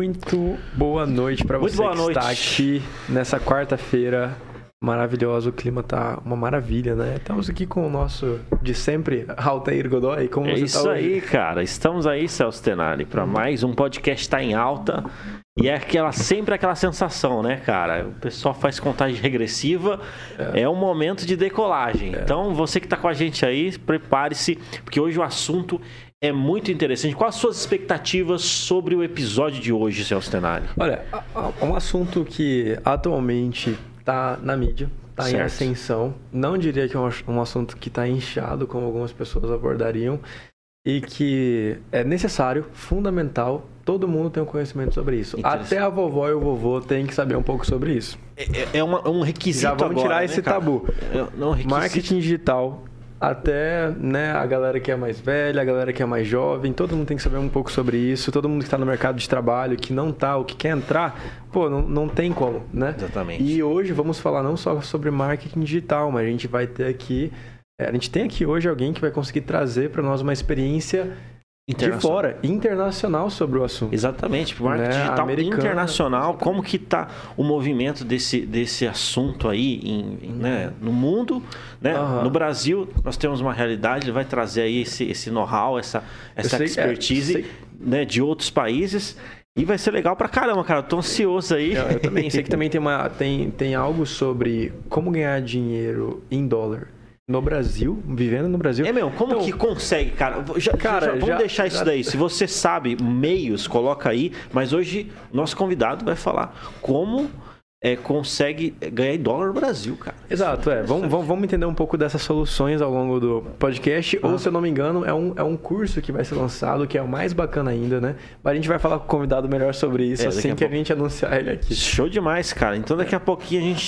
Muito boa noite para você que está aqui nessa quarta-feira maravilhosa. O clima tá uma maravilha, né? Estamos aqui com o nosso de sempre, Altair Godoy. Como você isso tá hoje? Aí, cara. Estamos aí, Celso Tenari, para mais um podcast Tá em Alta. E é sempre aquela sensação, né, cara? O pessoal faz contagem regressiva, é um momento de decolagem. Então, você que tá com a gente aí, prepare-se, porque hoje o assunto é muito interessante. Quais as suas expectativas sobre o episódio de hoje, Celso Tenari? Olha, é um assunto que atualmente tá na mídia, tá em ascensão. Não diria que é um assunto que tá inchado, como algumas pessoas abordariam, e que é necessário, fundamental, todo mundo tem um conhecimento sobre isso. Até a vovó e o vovô têm que saber um pouco sobre isso. É um requisito. Já vamos agora, tirar né, esse cara? tabu. Marketing digital, até, né, a galera que é mais velha, a galera que é mais jovem, todo mundo tem que saber um pouco sobre isso. Todo mundo que está no mercado de trabalho, que não tá, ou que quer entrar, pô, não tem como, né? Exatamente. E hoje vamos falar não só sobre marketing digital, mas a gente vai ter aqui... A gente tem aqui hoje alguém que vai conseguir trazer para nós uma experiência de fora, internacional sobre o assunto. Exatamente, marketing digital americano, internacional, como que tá o movimento desse assunto aí né, no mundo, né? No Brasil nós temos uma realidade, ele vai trazer aí esse know-how, essa expertise né, de outros países. E vai ser legal pra caramba, cara. Eu tô ansioso aí. Eu também sei que também tem algo sobre como ganhar dinheiro em dólar no Brasil, vivendo no Brasil. É mesmo, como que consegue, cara? Vamos deixar isso daí. Se você sabe meios, coloca aí. Mas hoje, nosso convidado vai falar como consegue ganhar em dólar no Brasil, cara. Exato, Vamos entender um pouco dessas soluções ao longo do podcast. Ou, se eu não me engano, é um curso que vai ser lançado, que é o mais bacana ainda, né? Mas a gente vai falar com o convidado melhor sobre isso assim que a gente anunciar ele aqui. Show demais, cara. Então, daqui a pouquinho a gente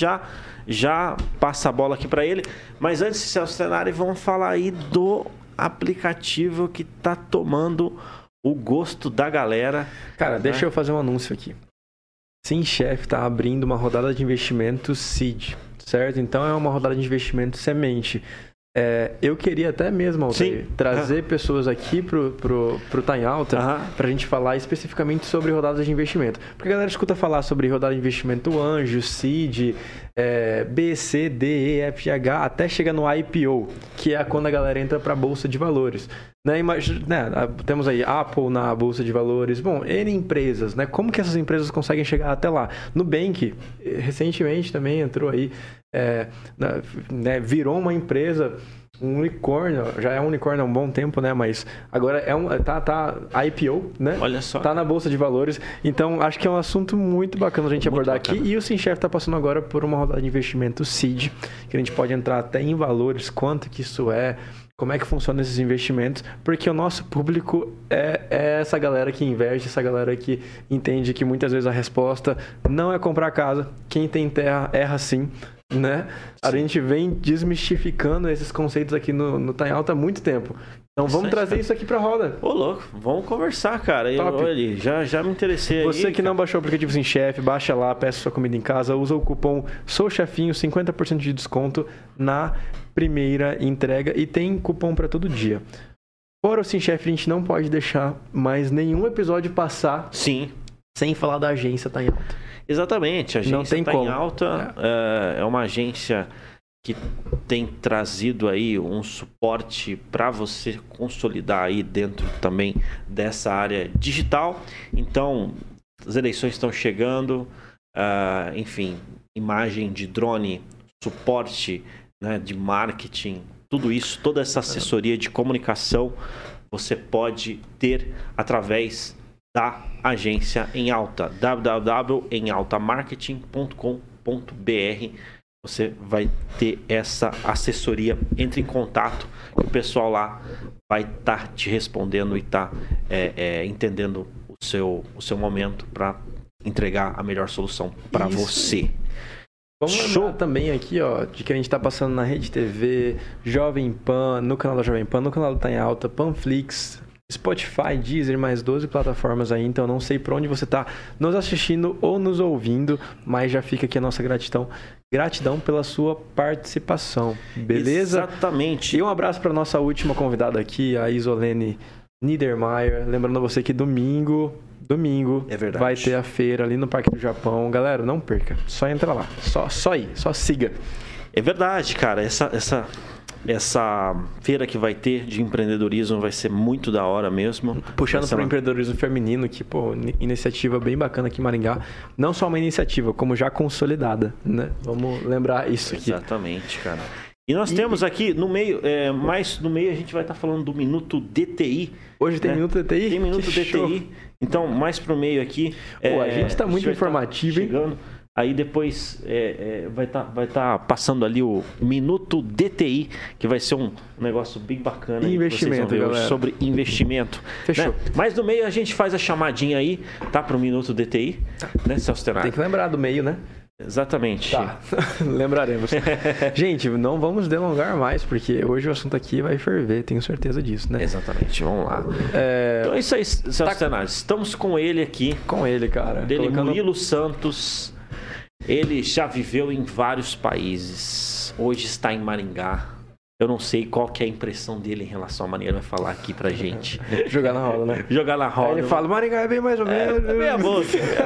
já passa a bola aqui para ele. Mas antes, Celso Tenari, vamos falar aí do aplicativo que tá tomando o gosto da galera. Cara, deixa eu fazer um anúncio aqui. Sim, Chef está abrindo uma rodada de investimento Seed, certo? Então é uma rodada de investimento semente. Eu queria até mesmo, Altair, trazer pessoas aqui pro Tá em Alta pra gente falar especificamente sobre rodadas de investimento. Porque a galera escuta falar sobre rodada de investimento anjo, seed, B, C, D, E, F, G, H, até chega no IPO, que é quando a galera entra pra Bolsa de Valores. Temos aí Apple na Bolsa de Valores, N empresas, né? Como que essas empresas conseguem chegar até lá? Nubank, recentemente também entrou aí, virou uma empresa, um unicórnio, já é um unicórnio há um bom tempo, né? Mas agora tá IPO, né? Olha só. Tá na Bolsa de Valores. Então, acho que é um assunto muito bacana a gente abordar aqui. E o SimChef tá passando agora por uma rodada de investimento Seed, que a gente pode entrar até em valores, quanto que isso é, como é que funciona esses investimentos, porque o nosso público é essa galera que investe, essa galera que entende que muitas vezes a resposta não é comprar casa, quem tem terra erra sim, né? A gente vem desmistificando esses conceitos aqui no Tá em Alta há muito tempo. Então vamos trazer isso aqui pra roda. Ô, louco, vamos conversar, cara. Olha, já me interessei. Você aí, que não baixou o aplicativo SimChef, baixa lá, peça sua comida em casa, usa o cupom SOUCHEFINHO, 50% de desconto na primeira entrega e tem cupom para todo dia. Fora o SimChef, a gente não pode deixar mais nenhum episódio passar sem falar da agência Tá em Alta. Exatamente, a agência Tá em Alta é uma agência que tem trazido aí um suporte para você consolidar aí dentro também dessa área digital. Então, as eleições estão chegando, enfim, imagem de drone, suporte, né, de marketing, tudo isso, toda essa assessoria de comunicação você pode ter através da agência Em Alta, www.emaltamarketing.com.br. Você vai ter essa assessoria. Entre em contato, que o pessoal lá vai estar te respondendo e tá entendendo o seu momento para entregar a melhor solução para você. Vamos lembrar também aqui, de que a gente está passando na Rede TV, Jovem Pan, no canal da Jovem Pan, no canal do Tá em Alta, Panflix, Spotify, Deezer, mais 12 plataformas aí, então não sei por onde você está nos assistindo ou nos ouvindo, mas já fica aqui a nossa gratidão pela sua participação, beleza? Exatamente. E um abraço para nossa última convidada aqui, a Isolene Niedermayer, lembrando a você que domingo domingo, É verdade. vai ter a feira ali no Parque do Japão. Galera, não perca. Só entra lá. Só ir. Só siga. É verdade, cara. Essa feira que vai ter de empreendedorismo vai ser muito da hora mesmo. Puxando para o empreendedorismo feminino, que, pô, iniciativa bem bacana aqui em Maringá. Não só uma iniciativa, como já consolidada, né? Vamos lembrar isso aqui. Exatamente, cara. E nós temos aqui no meio, mais no meio a gente vai estar falando do Minuto DTI. Hoje tem Minuto DTI? Tem Minuto DTI. Show. Então, mais pro meio aqui. Pô, a gente está muito informativo, hein? Chegando. Aí depois vai tá passando ali o Minuto DTI, que vai ser um negócio bem bacana. Investimento, galera. Sobre investimento. Fechou. Né? Mas no meio a gente faz a chamadinha aí, tá? Pro Minuto DTI, né, Celso Tenari? Tem que lembrar do meio, né? Exatamente. Tá, lembraremos. Gente, não vamos delongar mais, porque hoje o assunto aqui vai ferver, tenho certeza disso, né? Exatamente, vamos lá. Então é isso aí, Celso Tenari. Estamos com ele aqui. Com ele, cara. Murilo Santos. Ele já viveu em vários países. Hoje está em Maringá. Eu não sei qual que é a impressão dele em relação a Maringá. Ele vai falar aqui pra gente. Jogar na roda, né? Jogar na roda. Aí ele fala, Maringá é bem mais ou menos. É meia boca.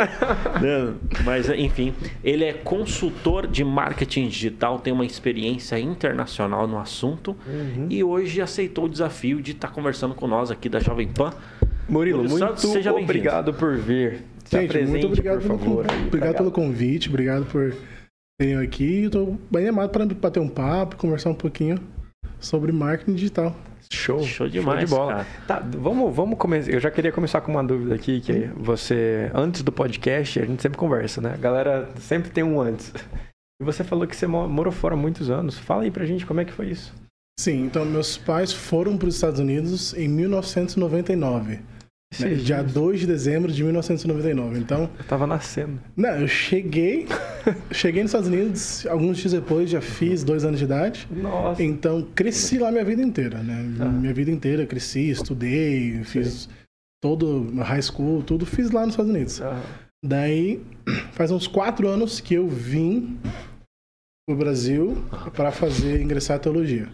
Mas, enfim, ele é consultor de marketing digital, tem uma experiência internacional no assunto e hoje aceitou o desafio de estar conversando com nós aqui da Jovem Pan. Murilo, muito Santos, seja obrigado por vir. Gente, muito obrigado, obrigado pelo convite, obrigado por terem aqui. Eu tô bem animado para bater um papo, conversar um pouquinho sobre marketing digital. Show demais, show de bola. Cara. Tá, vamos começar. Eu já queria começar com uma dúvida aqui, que você, antes do podcast, a gente sempre conversa, né? A galera sempre tem um antes. E você falou que você morou fora há muitos anos. Fala aí pra gente como é que foi isso. Sim, então meus pais foram para os Estados Unidos em 1999. Dia 2 de dezembro de 1999. Então, eu tava nascendo. Não, eu cheguei nos Estados Unidos, alguns dias depois já fiz 2 anos de idade. Nossa. Então, cresci lá minha vida inteira, né? Minha vida inteira, cresci, estudei, fiz todo high school, tudo fiz lá nos Estados Unidos. Daí, faz uns 4 anos que eu vim pro Brasil para ingressar em teologia.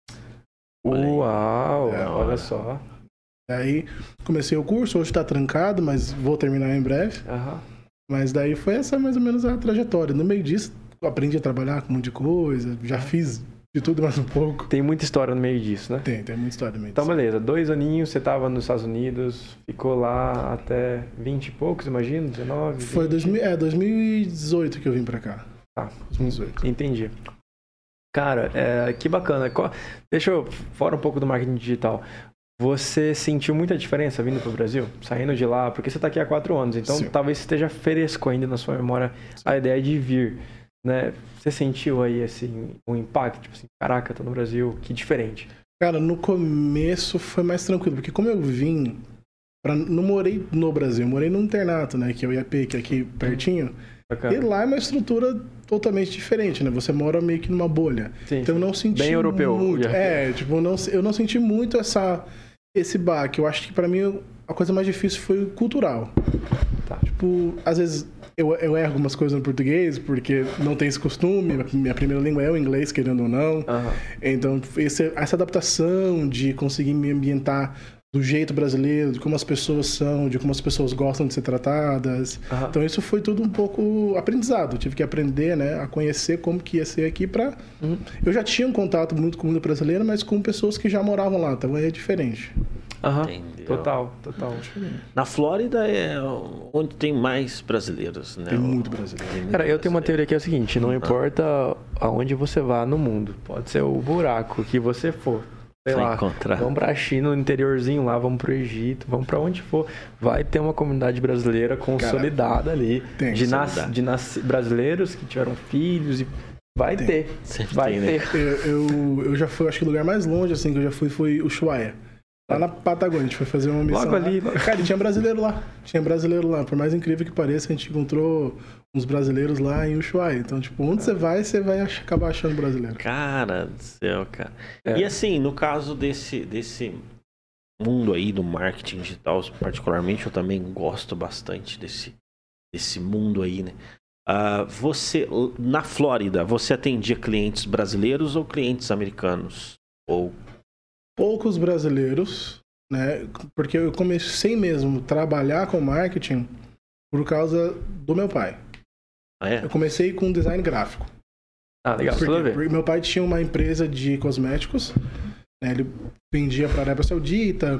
Uau, olha só. Daí comecei o curso, hoje está trancado, mas vou terminar em breve. Mas daí foi essa mais ou menos a trajetória. No meio disso, eu aprendi a trabalhar com um monte de coisa, já fiz de tudo mais um pouco. Tem muita história no meio disso, né? Tem muita história no meio disso. Então, beleza, 2 aninhos, você estava nos Estados Unidos, ficou lá até 20 e poucos, imagino, 19? 20. Foi 2018 que eu vim pra cá. Tá, 2018. Entendi. Cara, que bacana. Deixa eu, fora um pouco do marketing digital, você sentiu muita diferença vindo para o Brasil? Saindo de lá? Porque você está aqui há 4 anos, então talvez esteja fresco ainda na sua memória a ideia de vir, né? Você sentiu aí, assim, um impacto? Tipo assim, caraca, tô no Brasil, que diferente. Cara, no começo foi mais tranquilo, porque como eu vim, não morei no Brasil, eu morei num internato, né? Que é o IAP, que é aqui pertinho. E lá é uma estrutura totalmente diferente, né? Você mora meio que numa bolha. Então eu não senti bem europeu. muito. Tipo, eu não senti muito esse baque. Eu acho que pra mim a coisa mais difícil foi o cultural. Tá. Tipo, às vezes eu erro algumas coisas no português, porque não tem esse costume. Minha primeira língua é o inglês, querendo ou não. Então, essa adaptação de conseguir me ambientar do jeito brasileiro, de como as pessoas são, de como as pessoas gostam de ser tratadas. Então isso foi tudo um pouco aprendizado. Eu tive que aprender, né, a conhecer como que ia ser aqui pra... Eu já tinha um contato muito com a comida brasileira, mas com pessoas que já moravam lá, então é diferente. Total. Na Flórida é onde tem mais brasileiros, né? Tem muito brasileiro. Cara, eu tenho uma teoria que é o seguinte, não importa aonde você vá no mundo, pode ser o buraco que você for. Sei lá, vamos pra China, no interiorzinho lá, vamos pro Egito, vamos pra onde for. Vai ter uma comunidade brasileira consolidada ali. De brasileiros que tiveram filhos e vai ter. Vai ter. Eu já fui, acho que o lugar mais longe assim que eu já fui foi Ushuaia. Lá na Patagônia, a gente foi fazer uma missão. Logo ali. Cara, tinha brasileiro lá. Por mais incrível que pareça, a gente encontrou uns brasileiros lá em Ushuaia. Então, tipo, onde você vai acabar achando brasileiro. Cara do céu, cara. E assim, no caso desse mundo aí do marketing digital, particularmente, eu também gosto bastante desse mundo aí, né? Você, na Flórida, você atendia clientes brasileiros ou clientes americanos? Ou... Poucos brasileiros, né? Porque eu comecei mesmo a trabalhar com marketing por causa do meu pai. Ah, é? Eu comecei com design gráfico. Ah, legal. Porque meu pai tinha uma empresa de cosméticos, né? Ele vendia para a Arábia Saudita,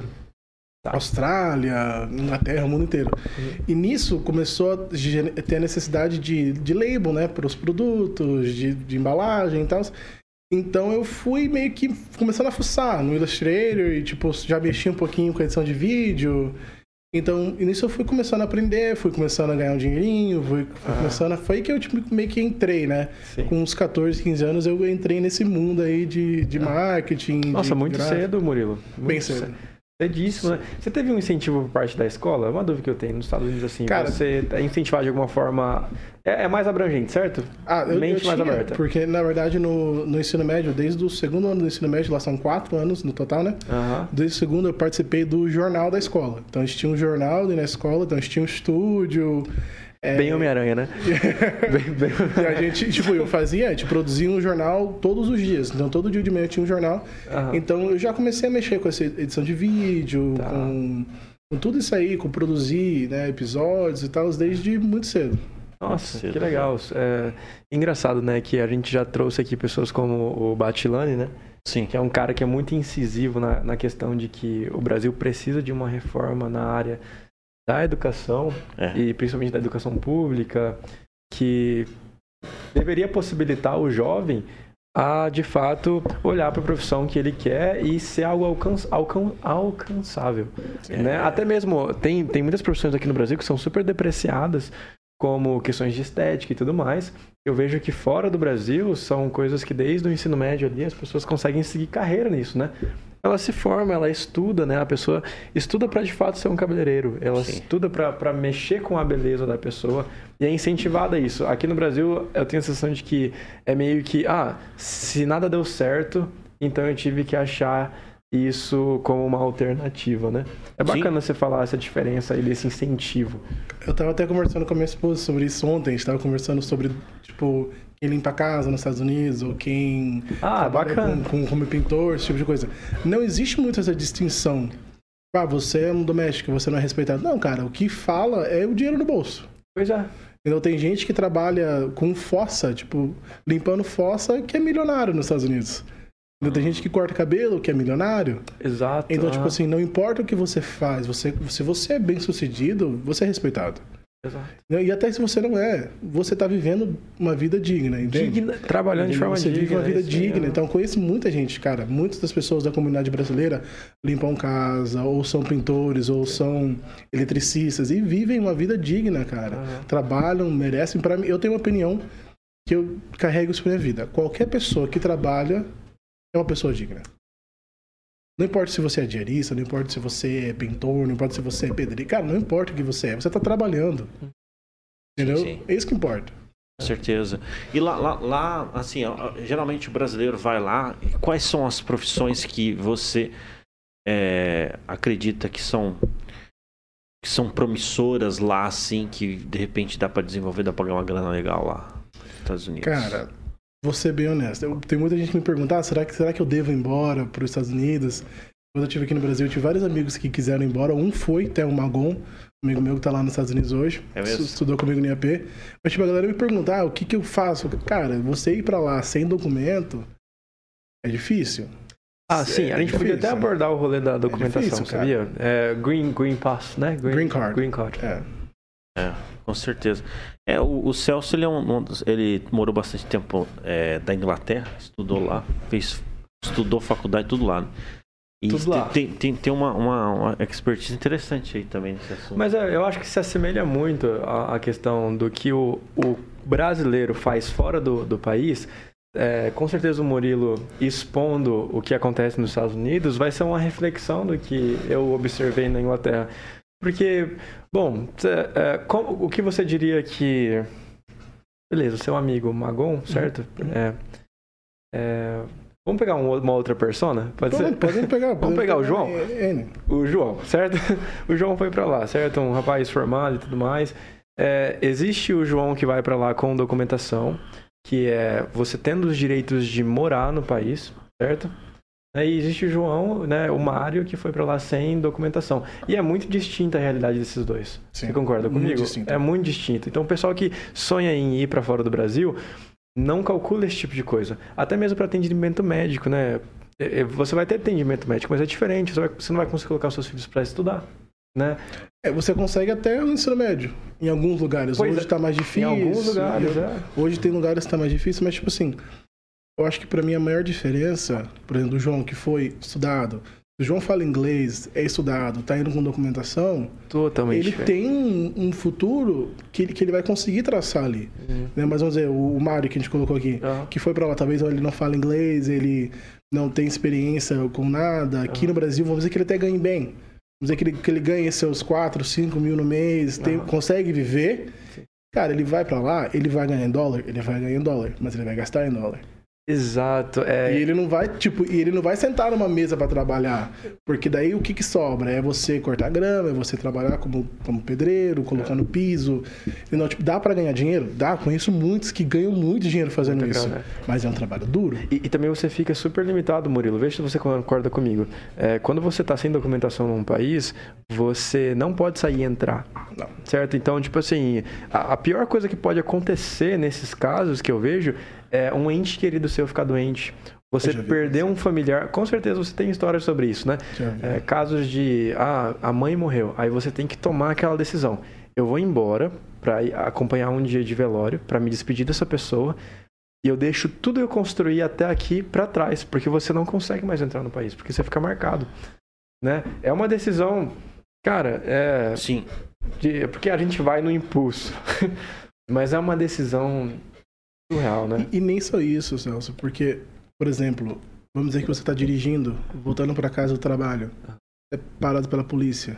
Austrália, Inglaterra, o mundo inteiro. E nisso começou a ter a necessidade de label, né? Para os produtos, de embalagem e tal. Então eu fui meio que começando a fuçar no Illustrator e, tipo, já mexi um pouquinho com a edição de vídeo. Então, nisso eu fui começando a aprender, fui começando a ganhar um dinheirinho, foi aí que eu tipo, meio que entrei, né? Sim. Com uns 14, 15 anos eu entrei nesse mundo aí de marketing. Nossa, muito cedo, Murilo. Bem cedo. Cedíssimo, né? Você teve um incentivo por parte da escola? É uma dúvida que eu tenho nos Estados Unidos, assim. Cara, você é incentivado de alguma forma... É mais abrangente, certo? Mente mais aberta. Porque, na verdade, no ensino médio, desde o segundo ano do ensino médio, lá são 4 anos no total, né? Desde o segundo eu participei do jornal da escola. Então, a gente tinha um jornal na escola, então a gente tinha um estúdio... Bem Homem-Aranha, né? bem... E a gente, tipo, a gente produzia um jornal todos os dias. Então, todo dia de manhã tinha um jornal. Então, eu já comecei a mexer com essa edição de vídeo, com tudo isso aí, com produzir, né, episódios e tal, desde muito cedo. Nossa, que legal. Engraçado, né, que a gente já trouxe aqui pessoas como o Batilani, né? Sim. Que é um cara que é muito incisivo na questão de que o Brasil precisa de uma reforma na área da educação, e principalmente da educação pública, que deveria possibilitar o jovem a, de fato, olhar para a profissão que ele quer e ser algo alcançável. Né? Até mesmo, tem muitas profissões aqui no Brasil que são super depreciadas, como questões de estética e tudo mais. Eu vejo que fora do Brasil são coisas que desde o ensino médio ali as pessoas conseguem seguir carreira nisso, né? Ela se forma, ela estuda, né? A pessoa estuda para de fato ser um cabeleireiro. Ela estuda para mexer com a beleza da pessoa e é incentivada a isso. Aqui no Brasil, eu tenho a sensação de que é meio que, se nada deu certo, então eu tive que achar isso como uma alternativa, né? É bacana você falar essa diferença aí desse incentivo. Eu tava até conversando com a minha esposa sobre isso ontem. A gente tava conversando sobre, tipo, quem limpa a casa nos Estados Unidos ou quem trabalha como pintor, esse tipo de coisa. Não existe muito essa distinção. Você é um doméstico, você não é respeitado. Não, cara, o que fala é o dinheiro no bolso. Pois é. Então, tem gente que trabalha com fossa, tipo, limpando fossa, que é milionário nos Estados Unidos. Tem gente que corta cabelo, que é milionário. Exato. Então, tipo assim, não importa o que você faz, se você é bem sucedido, você é respeitado. Exato. E até se você não é, você tá vivendo uma vida digna, entende? Trabalhando de forma digna. Você vive uma vida digna. Então, conheço muita gente, cara. Muitas das pessoas da comunidade brasileira limpam casa, ou são pintores, ou são eletricistas, e vivem uma vida digna, cara. Trabalham, merecem. Para mim, eu tenho uma opinião que eu carrego isso pra minha vida. Qualquer pessoa que trabalha é uma pessoa digna. Não importa se você é diarista, não importa se você é pintor, não importa se você é pedreiro. Cara, não importa o que você é, você tá trabalhando. Entendeu? Sim. É isso que importa. Com certeza. E lá assim, geralmente o brasileiro vai lá. Quais são as profissões que você acredita que são promissoras lá, assim, que de repente dá para desenvolver, dá para ganhar uma grana legal lá nos Estados Unidos? Cara, vou ser bem honesto. Tem muita gente que me pergunta, será que eu devo ir embora para os Estados Unidos? Quando eu estive aqui no Brasil, eu tive vários amigos que quiseram ir embora. Um foi, até o Magon, um amigo meu que está lá nos Estados Unidos hoje. É mesmo? Estudou comigo no IAP. Mas tipo, a galera me pergunta, o que eu faço? Cara, você ir para lá sem documento é difícil. Sim, a gente podia até abordar o rolê da documentação, sabia? Green Pass, né? Green Card. Green Card. Com certeza. O Celso, ele morou bastante tempo da Inglaterra, estudou lá, estudou faculdade, tudo lá. E tudo lá. Tem uma expertise interessante aí também nesse assunto. Mas eu acho que se assemelha muito à questão do que o brasileiro faz fora do país. Com certeza o Murilo expondo o que acontece nos Estados Unidos vai ser uma reflexão do que eu observei na Inglaterra. Porque, bom, o que você diria que... Beleza, seu amigo Magon, certo? Vamos pegar uma outra persona? Pode ser? Podemos pegar. Vamos pegar o João? O João, certo? O João foi pra lá, certo? Um rapaz formado e tudo mais. Existe o João que vai pra lá com documentação, que é você tendo os direitos de morar no país, certo? E existe o João, né, o Mário, que foi para lá sem documentação. E é muito distinta a realidade desses dois. Sim, você concorda comigo? Muito distinto. É muito distinto. Então, o pessoal que sonha em ir para fora do Brasil não calcula esse tipo de coisa. Até mesmo para atendimento médico, né? Você vai ter atendimento médico, mas é diferente. Você não vai conseguir colocar os seus filhos para estudar, né? Você consegue até o ensino médio, em alguns lugares. Hoje está mais difícil. Em alguns lugares, Hoje tem lugares que está mais difícil, mas tipo assim... Eu acho que para mim a maior diferença, por exemplo, do João, que foi estudado, o João fala inglês, é estudado, tá indo com documentação, totalmente ele tem um futuro que ele vai conseguir traçar ali. Né? Mas vamos dizer, o Mário que a gente colocou aqui, que foi para lá, talvez ele não fala inglês, ele não tem experiência com nada. Aqui no Brasil, vamos dizer que ele até ganhe bem. Vamos dizer que ele ganhe seus 4, 5 mil no mês, consegue viver. Cara, ele vai para lá, ele vai ganhar em dólar, mas ele vai gastar em dólar. Exato. E ele não vai sentar numa mesa para trabalhar, porque daí o que sobra? É você cortar grama, é você trabalhar como pedreiro, colocando piso. Não, dá para ganhar dinheiro? Dá, conheço muitos que ganham muito dinheiro fazendo isso, mas é um trabalho duro. E também você fica super limitado, Murilo, veja se você concorda comigo. Quando você está sem documentação num país, você não pode sair e entrar, não. Certo? Então, tipo assim, a pior coisa que pode acontecer nesses casos que eu vejo é um ente querido seu ficar doente, você perder um familiar, com certeza você tem histórias sobre isso, né? Casos de, a mãe morreu, aí você tem que tomar aquela decisão. Eu vou embora para acompanhar um dia de velório, para me despedir dessa pessoa, e eu deixo tudo que eu construí até aqui para trás, porque você não consegue mais entrar no país, porque você fica marcado, né? É uma decisão, cara, Sim. Porque a gente vai no impulso, mas é uma decisão surreal, né? E nem só isso, Celso, porque, por exemplo, vamos dizer que você está dirigindo, voltando para casa do trabalho, é parado pela polícia.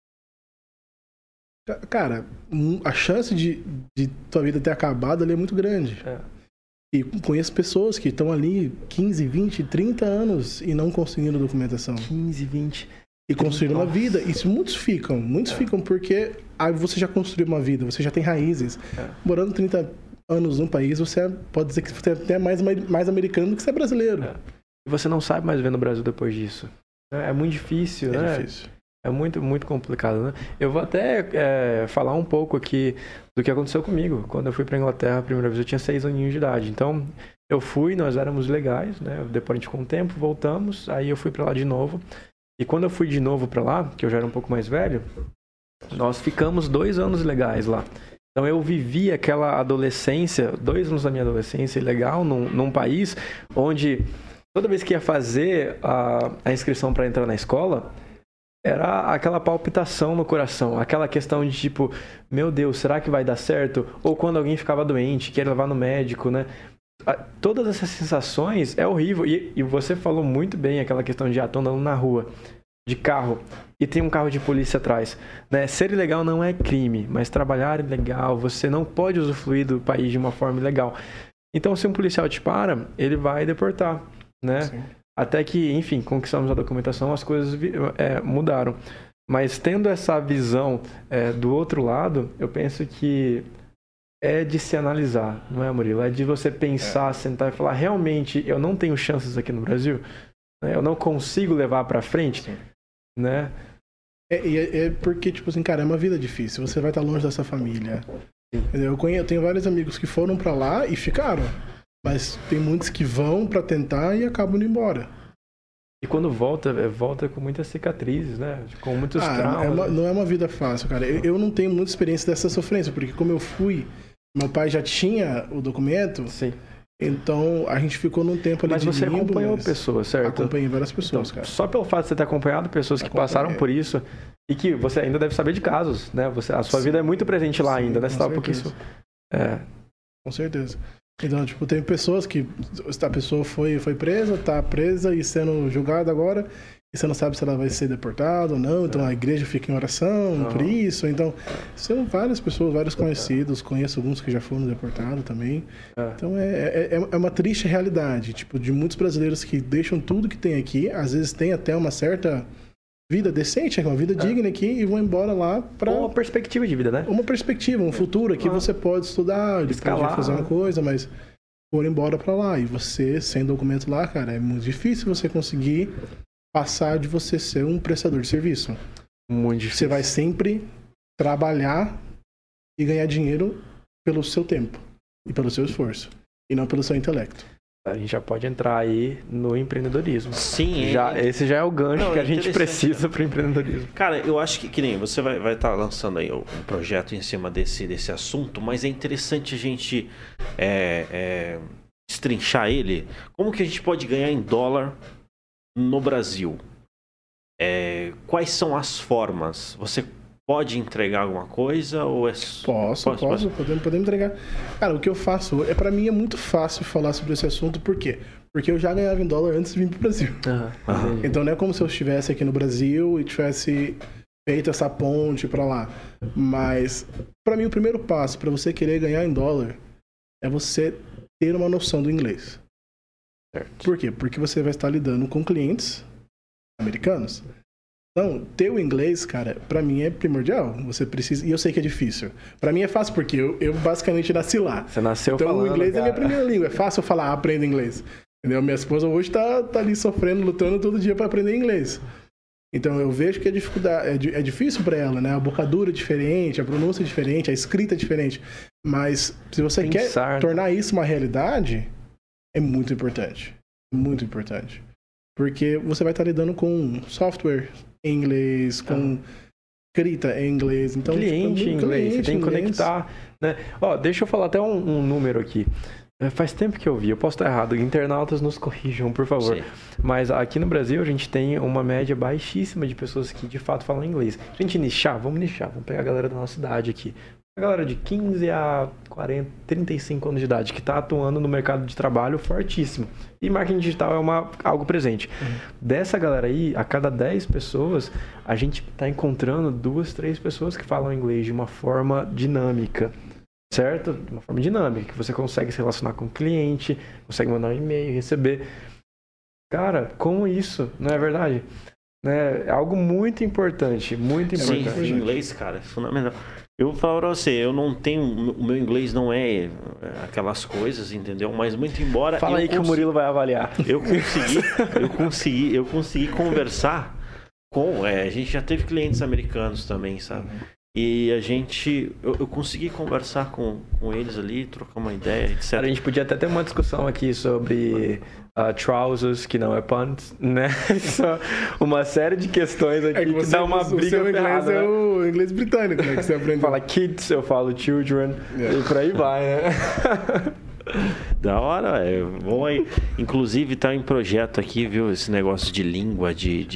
Cara, a chance de tua vida ter acabado ali é muito grande. E conheço pessoas que estão ali 15, 20, 30 anos e não conseguindo documentação. 15, 20... E construir uma vida. E muitos ficam porque aí você já construiu uma vida, você já tem raízes. Morando 30 anos num país, você pode dizer que você é até mais americano do que você é brasileiro. E você não sabe mais viver no Brasil depois disso. É muito difícil, né? Difícil. É muito, muito complicado, né? Eu vou até falar um pouco aqui do que aconteceu comigo. Quando eu fui para Inglaterra a primeira vez, eu tinha 6 aninhos de idade. Então, eu fui, nós éramos legais, né? Depois a gente ficou um tempo, voltamos, aí eu fui para lá de novo. E quando eu fui de novo para lá, que eu já era um pouco mais velho, nós ficamos 2 anos legais lá. Então eu vivi aquela adolescência, 2 anos da minha adolescência legal, num país onde toda vez que ia fazer a inscrição para entrar na escola, era aquela palpitação no coração, aquela questão de tipo, meu Deus, será que vai dar certo? Ou quando alguém ficava doente, queria levar no médico, né? Todas essas sensações é horrível. E você falou muito bem aquela questão de tô andando na rua, de carro, e tem um carro de polícia atrás, né? Ser ilegal não é crime, mas trabalhar ilegal, você não pode usufruir do país de uma forma ilegal. Então, se um policial te para, ele vai deportar, né? Sim. Até que, enfim, conquistamos a documentação, as coisas mudaram. Mas tendo essa visão do outro lado, eu penso que é de se analisar, não é, Murilo? É de você pensar, sentar e falar, realmente, eu não tenho chances aqui no Brasil? Eu não consigo levar pra frente? Sim. Né? Porque, tipo assim, cara, é uma vida difícil. Você vai estar longe dessa família. Eu tenho vários amigos que foram pra lá e ficaram. Mas tem muitos que vão pra tentar e acabam indo embora. E quando volta com muitas cicatrizes, né? Com muitos traumas. Não é uma vida fácil, cara. Eu não tenho muita experiência dessa sofrência, porque como eu fui, meu pai já tinha o documento. Sim. Então, a gente ficou num tempo ali de limbo. Mas você acompanhou pessoas, certo? Acompanhei várias pessoas, então, cara. Só pelo fato de você ter acompanhado pessoas que passaram por isso e que você ainda deve saber de casos, né? A sua vida é muito presente lá ainda, né? Você sabe porque isso... Com certeza. Então, tipo, tem pessoas que a pessoa foi presa, tá presa e sendo julgada agora, e você não sabe se ela vai ser deportada ou não, então a igreja fica em oração por isso. Então, são várias pessoas, vários conhecidos, conheço alguns que já foram deportados também. Então, é uma triste realidade, tipo, de muitos brasileiros que deixam tudo que tem aqui, às vezes tem até uma certa vida decente, uma vida digna aqui, e vão embora lá para uma perspectiva de vida, né? Uma perspectiva, um futuro aqui você pode estudar, pode fazer uma coisa, mas foram embora para lá. E você, sem documento lá, cara, é muito difícil você conseguir passar de você ser um prestador de serviço. Muito difícil. Você vai sempre trabalhar e ganhar dinheiro pelo seu tempo e pelo seu esforço, e não pelo seu intelecto. A gente já pode entrar aí no empreendedorismo. Sim. Esse já é o gancho que a gente precisa para o empreendedorismo. Cara, eu acho que nem você vai estar lançando aí um projeto em cima desse assunto, mas é interessante a gente destrinchar ele. Como que a gente pode ganhar em dólar no Brasil? Quais são as formas? Você pode entregar alguma coisa ou é... Posso, podemos entregar. Cara, o que eu faço, para mim é muito fácil falar sobre esse assunto, por quê? Porque eu já ganhava em dólar antes de vir pro Brasil. Então não é como se eu estivesse aqui no Brasil e tivesse feito essa ponte para lá. Mas para mim o primeiro passo para você querer ganhar em dólar é você ter uma noção do inglês. Certo. Por quê? Porque você vai estar lidando com clientes americanos. Então, ter o inglês, cara, pra mim é primordial. Você precisa... E eu sei que é difícil. Pra mim é fácil porque eu basicamente nasci lá. Você nasceu então, falando, o inglês cara. é minha primeira língua. É fácil eu falar, aprenda inglês. Entendeu? Minha esposa hoje tá ali sofrendo, lutando todo dia pra aprender inglês. Então, eu vejo que a dificuldade... É difícil pra ela, né? A bocadura é diferente, a pronúncia é diferente, a escrita é diferente. Mas, se você quer tornar isso uma realidade, é muito importante. Muito importante. Porque você vai estar lidando com software em inglês, com escrita em inglês. Então, cliente em inglês, você tem que conectar. Né? Deixa eu falar até um número aqui. Faz tempo que eu vi, eu posso estar errado. Internautas nos corrijam, por favor. Sim. Mas aqui no Brasil a gente tem uma média baixíssima de pessoas que de fato falam inglês. A gente vamos nichar, vamos pegar a galera da nossa idade aqui. A galera de 15 a 40, 35 anos de idade que está atuando no mercado de trabalho fortíssimo. E marketing digital é algo presente. Dessa galera aí, a cada 10 pessoas, a gente está encontrando 2, 3 pessoas que falam inglês de uma forma dinâmica. Certo? De uma forma dinâmica, que você consegue se relacionar com o cliente, consegue mandar um e-mail, receber. Cara, como isso? Não é verdade? É algo muito importante, muito importante. Sim, o inglês, cara, é fundamental. Eu vou falar pra você, eu não tenho... O meu inglês não é aquelas coisas, entendeu? Mas muito embora... Fala aí que o Murilo vai avaliar. Eu consegui conversar com... a gente já teve clientes americanos também, sabe? E eu consegui conversar com eles ali, trocar uma ideia, etc. A gente podia até ter uma discussão aqui sobre trousers, que não é pants, né? Uma série de questões aqui que dá uma briga ferrada. O seu inglês é o inglês britânico, né? Que você aprendeu. Fala kids, eu falo children, e por aí vai, né? Da hora, bom aí. Inclusive tá em projeto aqui, viu? Esse negócio de língua,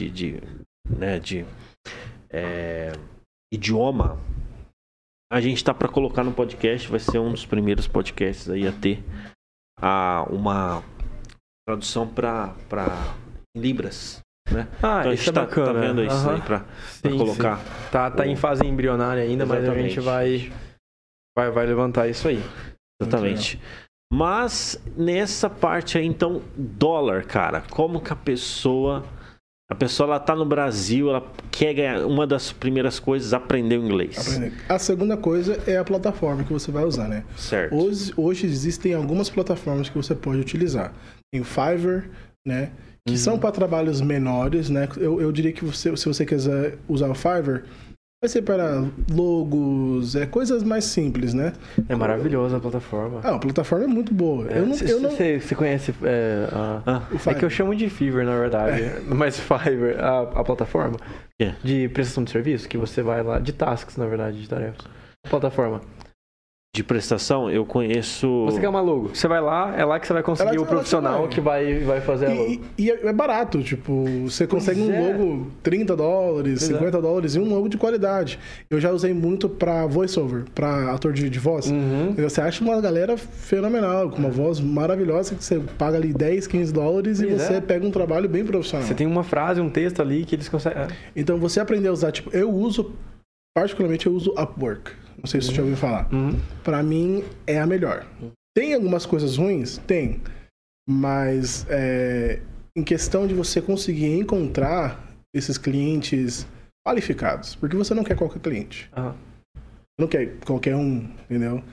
idioma. A gente tá para colocar no podcast, vai ser um dos primeiros podcasts aí a ter uma tradução para libras, né? Então a gente tá vendo isso aí para colocar. Sim. Tá em fase embrionária ainda, exatamente. Mas a gente vai levantar isso aí. Exatamente. Mas nessa parte aí, então, dólar, cara, como que a pessoa ela tá no Brasil, ela quer ganhar, uma das primeiras coisas, aprender o inglês. A segunda coisa é a plataforma que você vai usar, né? Certo. Hoje existem algumas plataformas que você pode utilizar. Tem o Fiverr, né? Que são para trabalhos menores, né? Eu diria que se você quiser usar o Fiverr, vai ser para logos, coisas mais simples, né? É maravilhosa a plataforma. A plataforma é muito boa. Você conhece o Fiverr? É que eu chamo de Fiverr, na verdade. Mas Fiverr, a plataforma de prestação de serviço, que você vai lá, de tasks, na verdade, de tarefas. Plataforma. De prestação, eu conheço... Você quer uma logo. Você vai lá, é lá que você vai conseguir o profissional que vai fazer a logo. E é barato, tipo, você consegue um logo $30, $50 e um logo de qualidade. Eu já usei muito pra voiceover, pra ator de voz. Você acha uma galera fenomenal, com uma voz maravilhosa, que você paga ali $10, $15 e você pega um trabalho bem profissional. Você tem uma frase, um texto ali que eles conseguem... Então, você aprender a usar, tipo, particularmente eu uso Upwork. Não sei se você já ouviu falar. Pra mim, é a melhor. Tem algumas coisas ruins? Tem. Mas em questão de você conseguir encontrar esses clientes qualificados. Porque você não quer qualquer cliente. Não quer qualquer um, entendeu?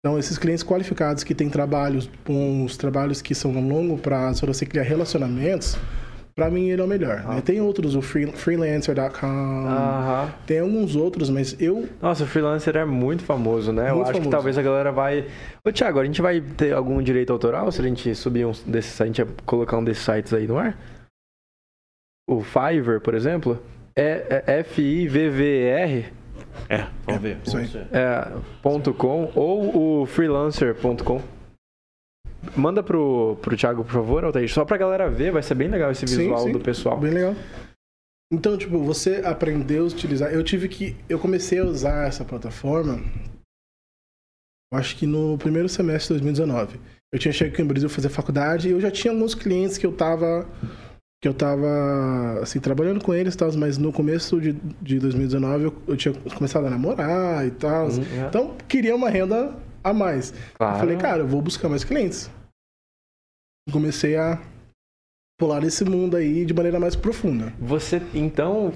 Então, esses clientes qualificados que têm trabalhos bons, trabalhos que são a longo prazo, para você criar relacionamentos, para mim ele é o melhor. Né? Tem outros, o freelancer.com, tem alguns outros, mas eu... Nossa, o Freelancer é muito famoso, né? Eu acho que talvez a galera vai... Ô, Thiago, a gente vai ter algum direito autoral se a gente subir a gente colocar um desses sites aí no ar? O Fiverr, por exemplo, é Fiverr. Vamos ver. Isso aí. .com ou o freelancer.com. Manda pro Thiago, por favor, Altair. Só pra galera ver, vai ser bem legal esse visual do pessoal. Bem legal. Então, tipo, você aprendeu a utilizar... Eu comecei a usar essa plataforma, acho que no primeiro semestre de 2019. Eu tinha chegado aqui no Brasil fazer faculdade e eu já tinha alguns clientes que eu tava assim, trabalhando com eles, tal, mas no começo de 2019 eu tinha começado a namorar e tal. Então, queria uma renda a mais. Claro. Eu falei, cara, eu vou buscar mais clientes. Comecei a pular nesse mundo aí de maneira mais profunda. Você, então,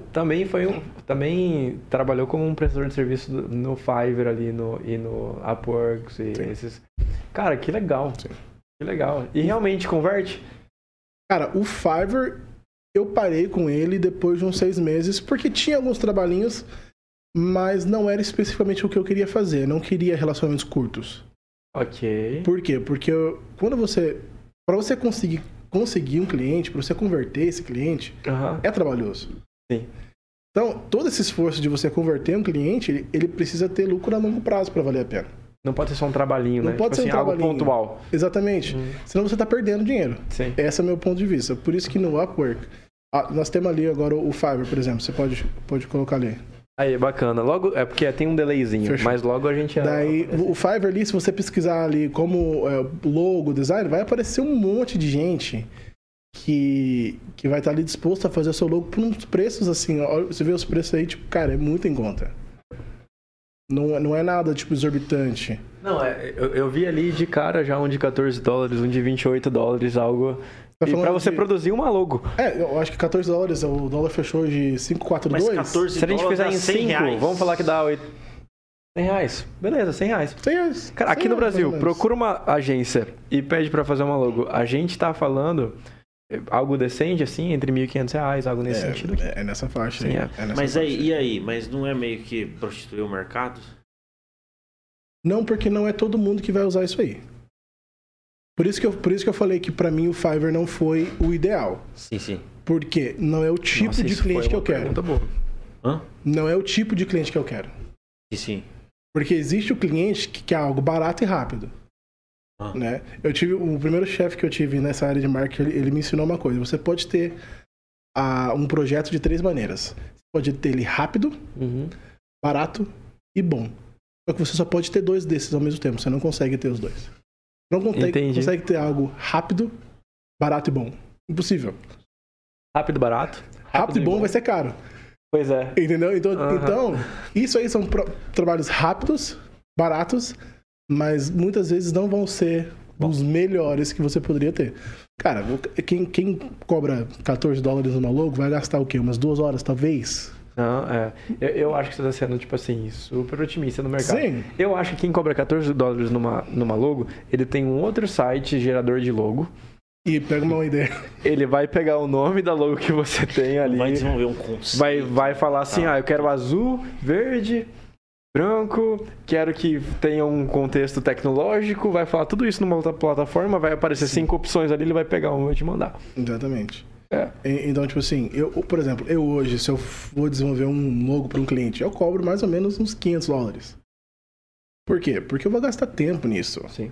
também trabalhou como um prestador de serviço no Fiverr ali e no Upworks e esses... Cara, que legal. Sim. Que legal. E realmente converte? Cara, o Fiverr, eu parei com ele depois de uns 6 meses, porque tinha alguns trabalhinhos, mas não era especificamente o que eu queria fazer. Eu não queria relacionamentos curtos. Ok. Por quê? Porque para você conseguir um cliente, para você converter esse cliente, é trabalhoso. Sim. Então, todo esse esforço de você converter um cliente, ele precisa ter lucro a longo prazo para valer a pena. Não pode ser só um trabalhinho, né? Não pode ser um trabalhinho. Algo pontual. Exatamente. Senão você está perdendo dinheiro. Sim. Esse é o meu ponto de vista. Por isso que no Upwork, nós temos ali agora o Fiverr, por exemplo. Você pode colocar ali. Aí, bacana. Logo, é porque tem um delayzinho, Fechou. mas logo a gente... Daí, o Fiverr ali, se você pesquisar ali como logo, design, vai aparecer um monte de gente que vai estar ali disposto a fazer o seu logo por uns preços assim, ó, você vê os preços aí, tipo, cara, é muito em conta. Não é nada, tipo, exorbitante. Não, eu vi ali de cara já um de $14, um de $28, algo... E pra você produzir uma logo. Eu acho que $14, o dólar fechou hoje 5,42. Mas 14 Se a gente fizer em 5, vamos falar que dá R$100. Beleza, R$100. R$100. Cara, aqui no Brasil, procura uma agência e pede pra fazer uma logo. A gente tá falando algo decente, assim, entre R$1.500, algo nesse sentido aqui. É nessa faixa. Sim, Mas aí, e aí? Mas não é meio que prostituir o mercado? Não, porque não é todo mundo que vai usar isso aí. Por isso que eu falei que pra mim o Fiverr não foi o ideal. Sim. Porque não é o tipo de cliente que eu quero. Boa. Hã? Não é o tipo de cliente que eu quero. Sim. Porque existe o cliente que quer algo barato e rápido. Né? O primeiro chefe que eu tive nessa área de marketing, ele me ensinou uma coisa. Você pode ter um projeto de 3 maneiras. Você pode ter ele rápido, barato e bom. Só que você só pode ter 2 desses ao mesmo tempo. Você não consegue ter os 2. Não consegue ter algo rápido, barato e bom. Impossível. Rápido, barato. Rápido e bom vai ser caro. Pois é. Entendeu? Então isso aí são trabalhos rápidos, baratos, mas muitas vezes não vão ser os melhores que você poderia ter. Cara, quem cobra $14 numa logo vai gastar o quê? Umas 2 horas, talvez? Não, eu acho que você está sendo, tipo assim, super otimista no mercado. Sim. Eu acho que quem cobra $14 numa logo, ele tem um outro site gerador de logo. E pega uma ideia. Ele vai pegar o nome da logo que você tem ali. Vai desenvolver um conceito. Vai falar assim, eu quero azul, verde, branco, quero que tenha um contexto tecnológico, vai falar tudo isso numa outra plataforma, vai aparecer 5 opções ali, ele vai pegar uma e vai te mandar. Exatamente. Então, tipo assim, por exemplo, hoje, se eu vou desenvolver um logo para um cliente, eu cobro mais ou menos uns $500. Por quê? Porque eu vou gastar tempo nisso. Sim.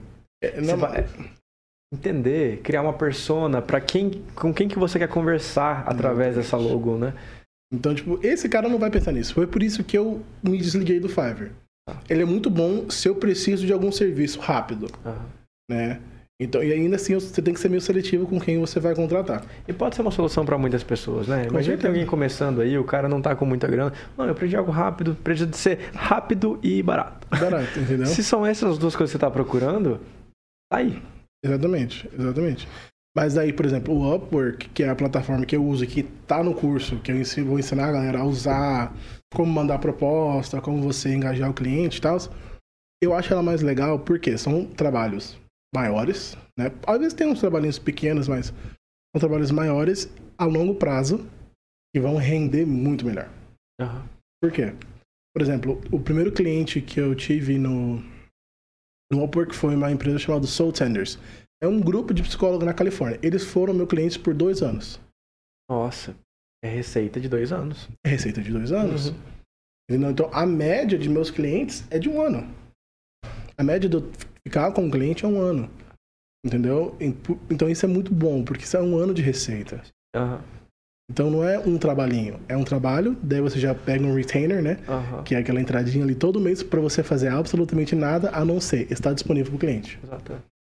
Entender, criar uma persona com quem que você quer conversar através dessa logo, né? Então, tipo, esse cara não vai pensar nisso. Foi por isso que eu me desliguei do Fiverr. Ele é muito bom se eu preciso de algum serviço rápido, né? Então, e ainda assim, você tem que ser meio seletivo com quem você vai contratar. E pode ser uma solução para muitas pessoas, né? Imagina que tem alguém começando aí, o cara não tá com muita grana. Não, eu preciso de algo rápido, preciso de ser rápido e barato. Barato, entendeu? Se são essas 2 coisas que você tá procurando, tá aí. Exatamente. Mas aí, por exemplo, o Upwork, que é a plataforma que eu uso, que tá no curso, que eu vou ensinar a galera a usar, como mandar proposta, como você engajar o cliente e tal. Eu acho ela mais legal porque são trabalhos maiores, né? Às vezes tem uns trabalhinhos pequenos, mas são trabalhos maiores a longo prazo que vão render muito melhor. Uhum. Por quê? Por exemplo, o primeiro cliente que eu tive no Upwork foi uma empresa chamada Soul Tenders. É um grupo de psicólogos na Califórnia. Eles foram meus clientes por 2 anos. Nossa, é receita de 2 anos. É receita de 2 anos. Uhum. Então, a média de meus clientes é de 1 ano. A média de eu ficar com um cliente é 1 ano. Entendeu? Então, isso é muito bom, porque isso é 1 ano de receita. Uhum. Então, não é um trabalhinho. É um trabalho, daí você já pega um retainer, né? Uhum. Que é aquela entradinha ali todo mês para você fazer absolutamente nada, a não ser estar disponível para o cliente. Exato.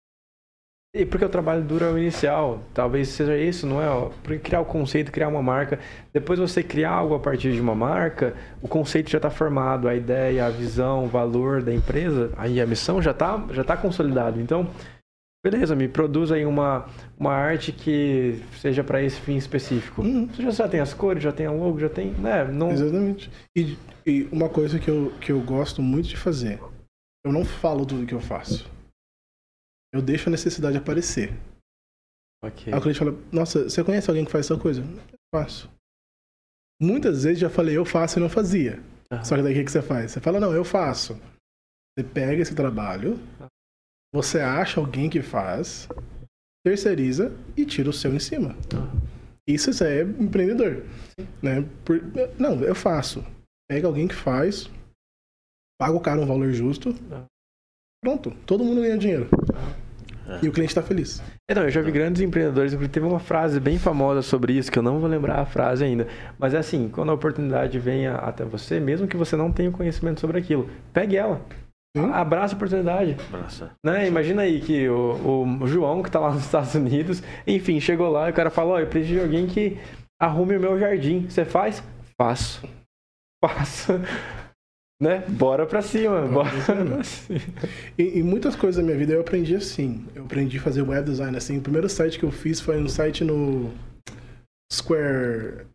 E porque o trabalho dura o inicial, talvez seja isso, não é? Porque criar o conceito, criar uma marca, depois você criar algo a partir de uma marca, o conceito já está formado, a ideia, a visão, o valor da empresa, aí a missão já tá consolidado. Então, beleza, me produz aí uma arte que seja para esse fim específico. Você já tem as cores, já tem a logo, já tem, né? Não... Exatamente. E uma coisa que eu gosto muito de fazer, eu não falo tudo que eu faço. Eu deixo a necessidade aparecer. Okay. Aí o cliente fala, nossa, você conhece alguém que faz essa coisa? Eu faço. Muitas vezes já falei, eu faço e não fazia. Uhum. Só que daí o que você faz? Você fala, não, eu faço. Você pega esse trabalho, você acha alguém que faz, terceiriza e tira o seu em cima. Uhum. Isso é empreendedor. Né? Não, eu faço. Pega alguém que faz, paga o cara um valor justo, pronto, todo mundo ganha dinheiro. E o cliente está feliz. Não, eu já vi grandes empreendedores, inclusive teve uma frase bem famosa sobre isso, que eu não vou lembrar a frase ainda, mas é assim, quando a oportunidade vem até você, mesmo que você não tenha conhecimento sobre aquilo, pegue ela. Abraça a oportunidade. Abraça. Né? Imagina aí que o João, que está lá nos Estados Unidos, enfim, chegou lá e o cara falou, eu preciso de alguém que arrume o meu jardim. Você faz? Faço. Né? Bora pra cima. E muitas coisas da minha vida eu aprendi assim. Eu aprendi a fazer web design assim. O primeiro site que eu fiz foi um site no Squarespace.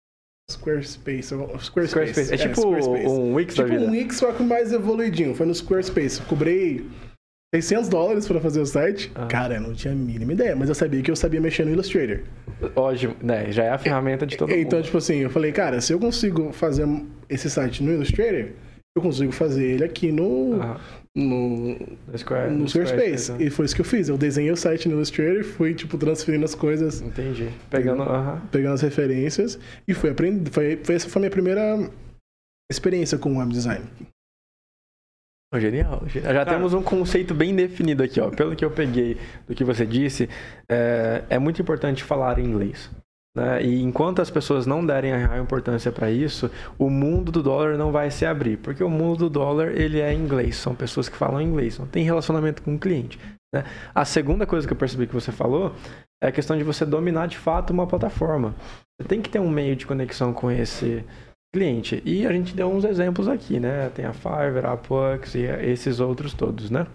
É tipo Squarespace. Um Wix da vida. Tipo um Wix, só que mais evoluidinho. Foi no Squarespace. Cobrei $600 para fazer o site. Cara, eu não tinha a mínima ideia, mas eu sabia que eu sabia mexer no Illustrator. Ótimo, né? Já é a ferramenta de todo mundo. Então, tipo assim, eu falei, cara, se eu consigo fazer esse site no Illustrator, eu consigo fazer ele aqui no Squarespace. E foi isso que eu fiz. Eu desenhei o site no Illustrator, fui, tipo, transferindo as coisas. Entendi. Pegando as referências e fui aprendendo. Essa foi a minha primeira experiência com web design. Genial. Já temos um conceito bem definido aqui, ó. Pelo que eu peguei do que você disse, é muito importante falar inglês. Né? E enquanto as pessoas não derem a importância para isso, o mundo do dólar não vai se abrir. Porque o mundo do dólar, ele é inglês. São pessoas que falam inglês. Não tem relacionamento com o cliente. Né? A segunda coisa que eu percebi que você falou é a questão de você dominar de fato uma plataforma. Você tem que ter um meio de conexão com esse cliente. E a gente deu uns exemplos aqui, né? Tem a Fiverr, a Upwork e esses outros todos, né?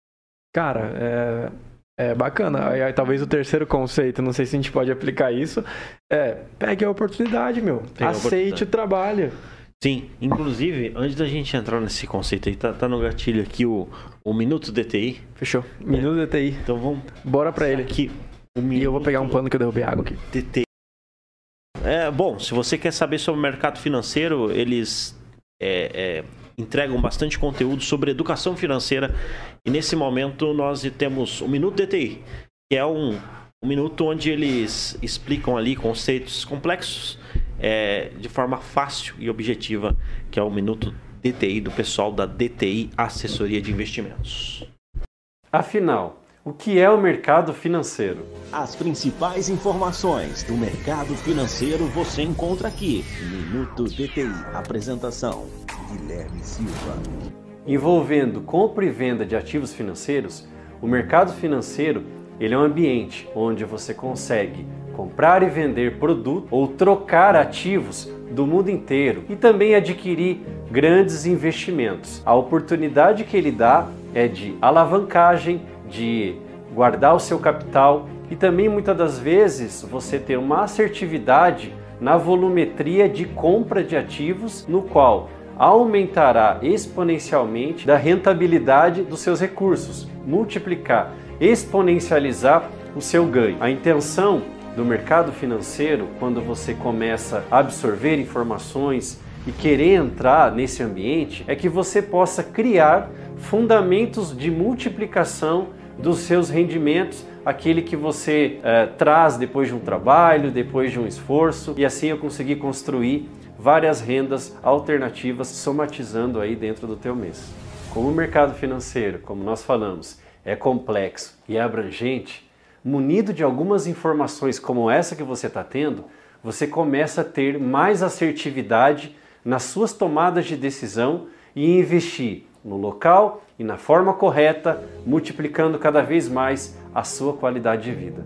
Cara, é bacana. Aí, talvez o terceiro conceito, não sei se a gente pode aplicar isso, pegue a oportunidade, meu. Aceite o trabalho. Sim, inclusive, antes da gente entrar nesse conceito aí, tá no gatilho aqui o Minuto DTI. Fechou. Minuto DTI. Então vamos... Bora pra ele. Aqui, e eu vou pegar um pano que eu derrubei água aqui. DTI. Bom, se você quer saber sobre o mercado financeiro, eles entregam bastante conteúdo sobre educação financeira. E nesse momento nós temos o Minuto DTI, que é um minuto onde eles explicam ali conceitos complexos de forma fácil e objetiva, que é o Minuto DTI do pessoal da DTI Assessoria de Investimentos. Afinal, o que é o mercado financeiro? As principais informações do mercado financeiro você encontra aqui. Minuto DTI. Apresentação: Guilherme Silva. Envolvendo compra e venda de ativos financeiros, o mercado financeiro ele é um ambiente onde você consegue comprar e vender produto ou trocar ativos do mundo inteiro e também adquirir grandes investimentos. A oportunidade que ele dá é de alavancagem, de guardar o seu capital e também muitas das vezes você ter uma assertividade na volumetria de compra de ativos, no qual aumentará exponencialmente da rentabilidade dos seus recursos, multiplicar, exponencializar o seu ganho. A intenção do mercado financeiro, quando você começa a absorver informações e querer entrar nesse ambiente, é que você possa criar fundamentos de multiplicação dos seus rendimentos, aquele que você traz depois de um trabalho, depois de um esforço, e assim eu consegui construir várias rendas alternativas somatizando aí dentro do teu mês. Como o mercado financeiro, como nós falamos, é complexo e é abrangente, munido de algumas informações como essa que você está tendo, você começa a ter mais assertividade nas suas tomadas de decisão e investir no local e na forma correta, multiplicando cada vez mais a sua qualidade de vida.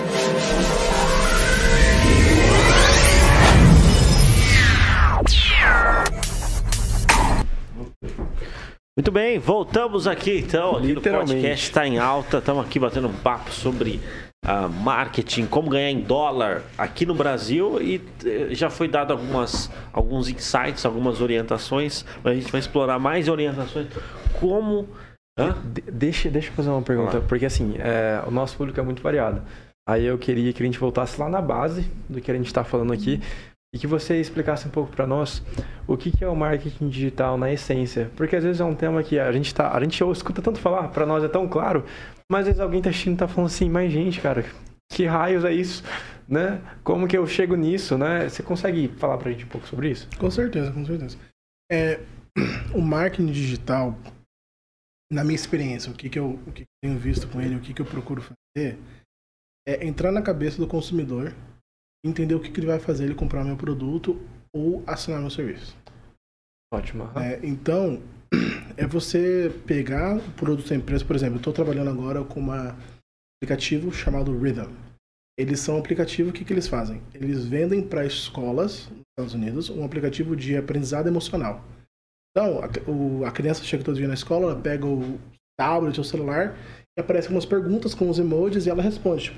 Muito bem, voltamos aqui então, aqui no podcast Está em Alta, estamos aqui batendo um papo sobre marketing, como ganhar em dólar aqui no Brasil, e já foi dado alguns insights, algumas orientações, mas a gente vai explorar mais orientações, como... Deixa eu fazer uma pergunta, porque assim, o nosso público é muito variado, aí eu queria que a gente voltasse lá na base do que a gente está falando aqui, e que você explicasse um pouco para nós o que é o marketing digital na essência. Porque às vezes é um tema que a gente escuta tanto falar, para nós é tão claro, mas às vezes alguém tá assistindo e tá falando assim, mas gente, cara, que raios é isso? Né? Como que eu chego nisso? Né? Você consegue falar pra gente um pouco sobre isso? Com certeza, com certeza. O marketing digital, na minha experiência, o que eu tenho visto com ele, o que eu procuro fazer, é entrar na cabeça do consumidor, entender o que ele vai fazer, ele comprar meu produto ou assinar meu serviço. Ótimo. Então, é você pegar o produto da empresa, por exemplo, eu estou trabalhando agora com um aplicativo chamado Rhythm. Eles são um aplicativo, o que eles fazem? Eles vendem para escolas nos Estados Unidos um aplicativo de aprendizado emocional. Então, a criança chega todo dia na escola, ela pega o tablet ou o celular e aparecem algumas perguntas com os emojis e ela responde, tipo,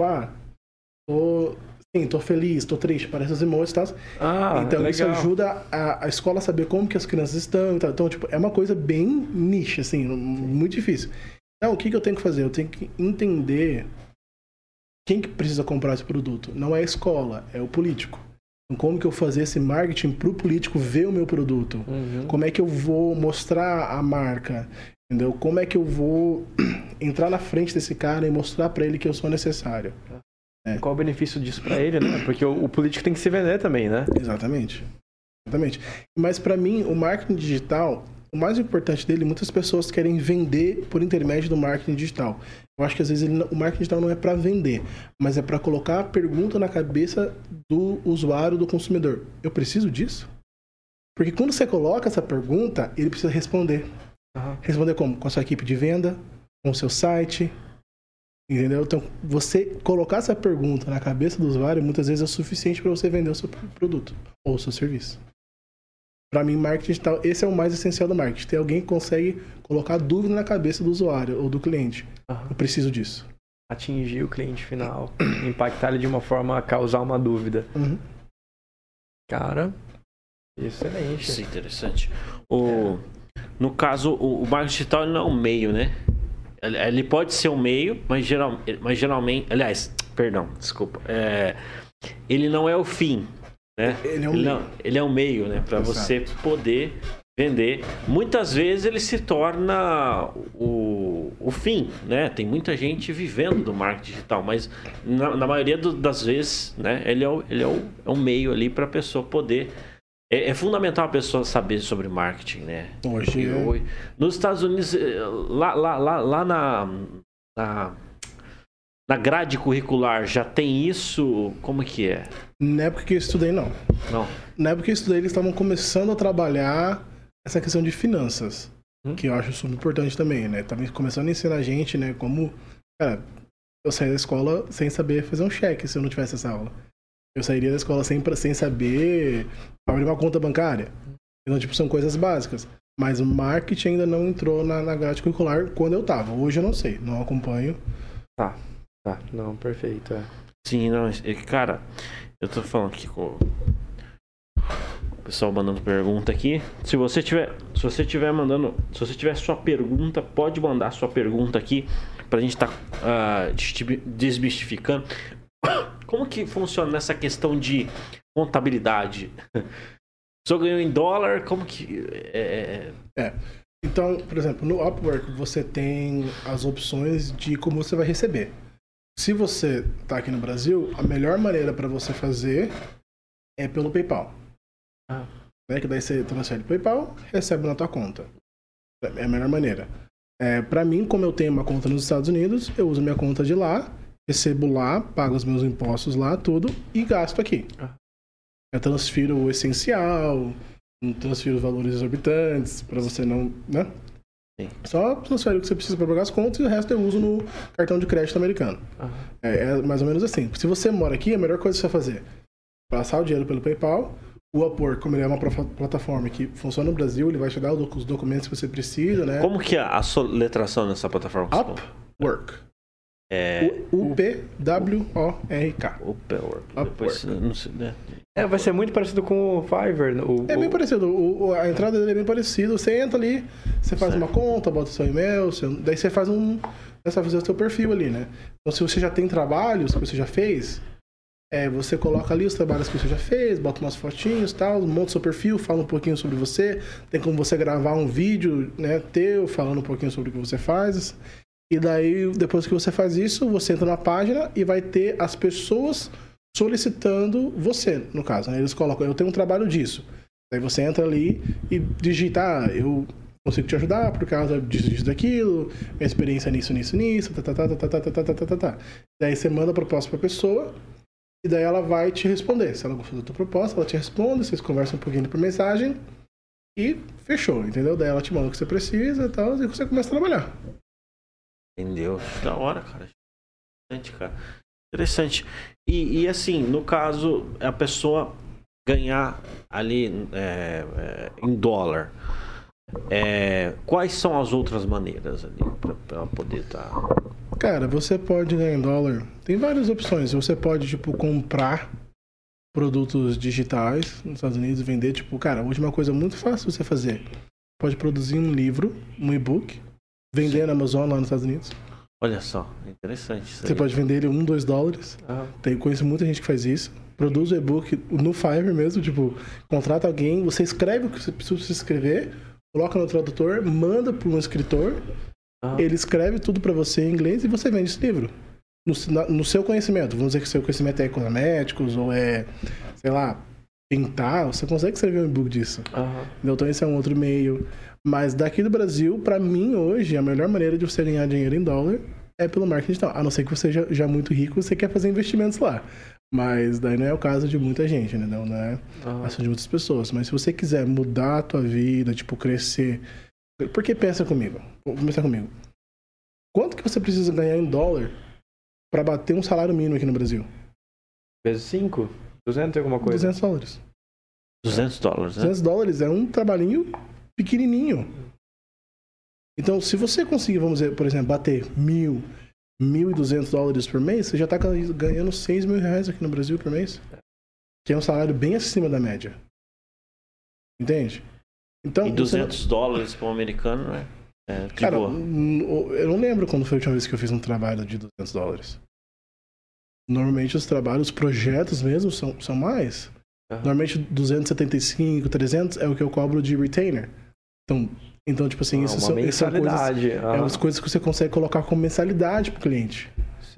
tô feliz, tô triste, parece os emojis e tal. Então legal. Isso ajuda a escola a saber como que as crianças estão e tal. Então, tipo, é uma coisa bem niche, assim, muito difícil. Então, o que eu tenho que fazer? Eu tenho que entender quem que precisa comprar esse produto. Não é a escola, é o político. Então, como que eu vou fazer esse marketing pro político ver o meu produto? Uhum. Como é que eu vou mostrar a marca? Entendeu? Como é que eu vou entrar na frente desse cara e mostrar para ele que eu sou necessário? Qual o benefício disso para ele, né? Porque o político tem que se vender também, né? Exatamente. Mas para mim, o marketing digital, o mais importante dele, muitas pessoas querem vender por intermédio do marketing digital. Eu acho que às vezes o marketing digital não é para vender, mas é para colocar a pergunta na cabeça do usuário, do consumidor. Eu preciso disso? Porque quando você coloca essa pergunta, ele precisa responder. Uhum. Responder como? Com a sua equipe de venda, com o seu site... Entendeu? Então, você colocar essa pergunta na cabeça do usuário muitas vezes é o suficiente para você vender o seu produto ou o seu serviço. Para mim, marketing digital, esse é o mais essencial do marketing. Tem alguém que consegue colocar dúvida na cabeça do usuário ou do cliente. Uhum. Eu preciso disso. Atingir o cliente final, impactar ele de uma forma a causar uma dúvida. Uhum. Cara, excelente. Isso é interessante. No caso, o marketing digital não é um meio, né? Ele pode ser um meio, mas geralmente... Aliás, perdão, desculpa. Ele não é o fim, né? Ele é um meio, né? Para você poder vender. Muitas vezes ele se torna o fim, né? Tem muita gente vivendo do marketing digital, mas na maioria das vezes, né? Ele é um meio ali para a pessoa poder... É fundamental a pessoa saber sobre marketing, né? Hoje nos Estados Unidos, lá na grade curricular, já tem isso? Como que é? Na época que eu estudei, não. Na época que eu estudei, eles estavam começando a trabalhar essa questão de finanças, que eu acho super importante também, né? Estavam começando a ensinar a gente, né? Como... Cara, eu saí da escola sem saber fazer um cheque se eu não tivesse essa aula. Eu sairia da escola sem saber abrir uma conta bancária. Então, tipo, são coisas básicas. Mas o marketing ainda não entrou na grade curricular quando eu tava. Hoje eu não sei, não acompanho. Tá. Não, perfeito. Sim, não, cara, eu tô falando aqui com... pessoal mandando pergunta aqui. Se você tiver sua pergunta, pode mandar sua pergunta aqui pra gente estar desmistificando. Como que funciona nessa questão de contabilidade? Se eu ganho em dólar, como que Então, por exemplo, no Upwork você tem as opções de como você vai receber. Se você está aqui no Brasil, a melhor maneira para você fazer é pelo PayPal. Que daí você transfere o PayPal, recebe na tua conta. É a melhor maneira. Para mim, como eu tenho uma conta nos Estados Unidos, eu uso minha conta de lá, recebo lá, pago os meus impostos lá, tudo, e gasto aqui. Eu transfiro o essencial, não transfiro valores exorbitantes, para você não, né? Sim. Só transfere o que você precisa para pagar as contas e o resto eu uso no cartão de crédito americano. É mais ou menos assim. Se você mora aqui, a melhor coisa que você vai fazer é passar o dinheiro pelo PayPal. O Upwork, como ele é uma plataforma que funciona no Brasil, ele vai te dar os documentos que você precisa, né? Como que é a soletração nessa plataforma? Upwork. U-P-W-O-R-K. Upwork. Não sei, né? Vai ser muito parecido com o Fiverr. Bem parecido. A entrada dele é bem parecida. Você entra ali, você faz uma conta, bota o seu e-mail, daí você faz você vai fazer o seu perfil ali, né? Então, se você já tem trabalhos que você já fez, você coloca ali os trabalhos que você já fez, bota umas fotinhos e tal, monta o seu perfil, fala um pouquinho sobre você. Tem como você gravar um vídeo, né, teu, falando um pouquinho sobre o que você faz. E daí, depois que você faz isso, você entra na página e vai ter as pessoas solicitando você, no caso. Né? Eles colocam, eu tenho um trabalho disso. Daí você entra ali e digita, eu consigo te ajudar por causa disso, daquilo, minha experiência nisso. Daí você manda a proposta pra pessoa e daí ela vai te responder. Se ela gostou da tua proposta, ela te responde, vocês conversam um pouquinho por mensagem e fechou, entendeu? Daí ela te manda o que você precisa e tal, e você começa a trabalhar. Entendeu? Da hora, cara. Interessante, cara. Interessante. E assim, no caso, a pessoa ganhar ali em dólar, quais são as outras maneiras ali para ela poder estar... Cara, você pode ganhar em dólar. Tem várias opções. Você pode, comprar produtos digitais nos Estados Unidos e vender. Cara, hoje uma coisa muito fácil você fazer. Pode produzir um livro, um e-book, vender na Amazon lá nos Estados Unidos. Olha só, interessante isso aí. Você pode vender ele $1, $2. Conheço muita gente que faz isso. Produz o e-book no Fiverr mesmo, contrata alguém, você escreve o que você precisa escrever, coloca no tradutor, manda para um escritor, ele escreve tudo para você em inglês e você vende esse livro. No seu conhecimento. Vamos dizer que seu conhecimento é cosméticos ou sei lá, pintar, você consegue escrever um e-book disso. Então esse é um outro meio. Mas daqui do Brasil, pra mim hoje, a melhor maneira de você ganhar dinheiro em dólar é pelo marketing digital. A não ser que você seja já muito rico, você quer fazer investimentos lá. Mas daí não é o caso de muita gente, né? Não é ação de muitas pessoas. Mas se você quiser mudar a tua vida, crescer... Porque pensa comigo. Vamos pensar comigo. Quanto que você precisa ganhar em dólar pra bater um salário mínimo aqui no Brasil? Vezes 5? 200 e alguma coisa? $200. $200, né? $200 é um trabalhinho pequenininho. Então, se você conseguir, vamos dizer, por exemplo, bater $1.000, $1.200 por mês, você já está ganhando R$6.000 aqui no Brasil por mês. Que é um salário bem acima da média. Entende? Então, e $200 para um americano, né? Cara, eu não lembro quando foi a última vez que eu fiz um trabalho de $200. Normalmente os trabalhos, os projetos mesmo são mais. Normalmente 275, 300 é o que eu cobro de retainer. Então isso são as coisas que você consegue colocar como mensalidade para o cliente.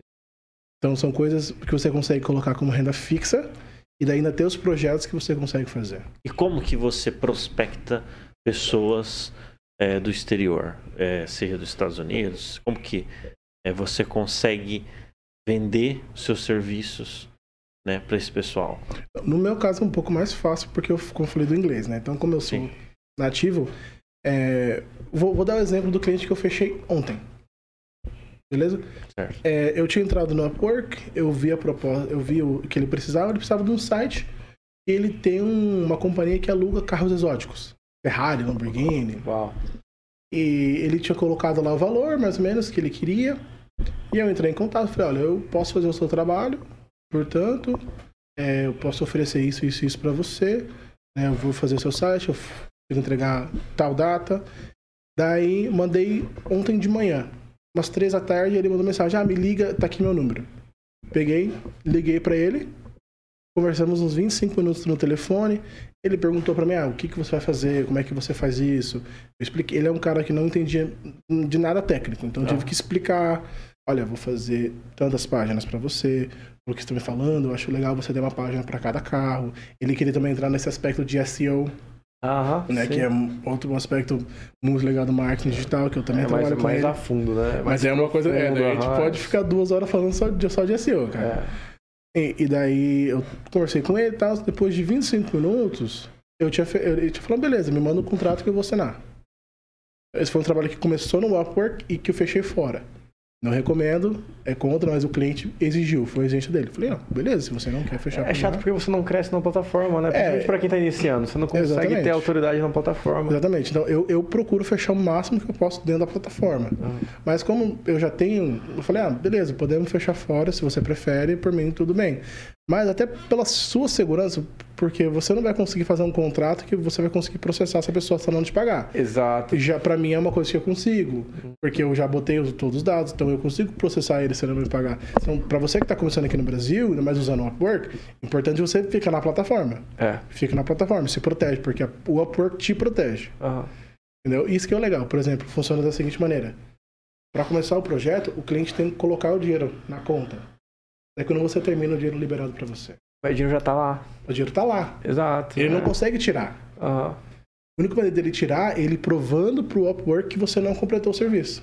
Então são coisas que você consegue colocar como renda fixa e daí ainda tem os projetos que você consegue fazer. E como que você prospecta pessoas do exterior, seja dos Estados Unidos? Como que você consegue vender os seus serviços, né, para esse pessoal? No meu caso é um pouco mais fácil porque eu falei do inglês, né? Então como eu sou nativo, vou dar o exemplo do cliente que eu fechei ontem. Beleza? Certo. Eu tinha entrado no Upwork, eu vi a proposta, eu vi o que ele precisava de um site. E ele tem uma companhia que aluga carros exóticos. Ferrari, Lamborghini. Uau. E ele tinha colocado lá o valor, mais ou menos, que ele queria. E eu entrei em contato, falei, olha, eu posso fazer o seu trabalho, portanto, eu posso oferecer isso para você. né? Eu vou fazer o seu site, eu vou entregar tal data. Daí, mandei ontem de manhã, umas 3 da tarde, ele mandou mensagem, me liga, tá aqui meu número. Peguei, liguei pra ele, conversamos uns 25 minutos no telefone, ele perguntou pra mim, o que você vai fazer, como é que você faz isso? Eu expliquei, ele é um cara que não entendia de nada técnico, então eu tive que explicar, olha, vou fazer tantas páginas pra você, pelo que você tá me falando, eu acho legal você ter uma página pra cada carro. Ele queria também entrar nesse aspecto de SEO, né, que é outro aspecto muito legal do marketing digital, que eu também trabalho com mais ele. a fundo, né? Mas é uma coisa, a gente pode ficar 2 horas falando só de SEO, cara. E daí eu conversei com ele e tal, depois de 25 minutos, ele tinha falado, beleza, me manda um contrato que eu vou assinar. Esse foi um trabalho que começou no Upwork e que eu fechei fora. Não recomendo, é contra, mas o cliente exigiu, foi a exigência dele. Falei, não, beleza, se você não quer fechar... É chato porque você não cresce na plataforma, né? Principalmente pra quem tá iniciando, você não consegue ter autoridade na plataforma. Exatamente, então eu procuro fechar o máximo que eu posso dentro da plataforma. Mas como eu já tenho, eu falei, beleza, podemos fechar fora, se você prefere, por mim tudo bem. Mas até pela sua segurança, porque você não vai conseguir fazer um contrato que você vai conseguir processar se a pessoa está não te pagar. Exato. E já pra mim é uma coisa que eu consigo, porque eu já botei todos os dados, então eu consigo processar ele se ele não me pagar. Então, pra você que está começando aqui no Brasil, ainda mais usando o Upwork, é importante você ficar na plataforma. Fica na plataforma, se protege, porque o Upwork te protege. Entendeu? Isso que é legal. Por exemplo, funciona da seguinte maneira. Para começar o projeto, o cliente tem que colocar o dinheiro na conta. É quando você termina, o dinheiro liberado para você. O dinheiro já tá lá. O dinheiro tá lá. Exato. Ele não consegue tirar. A única maneira dele tirar é ele provando pro Upwork que você não completou o serviço.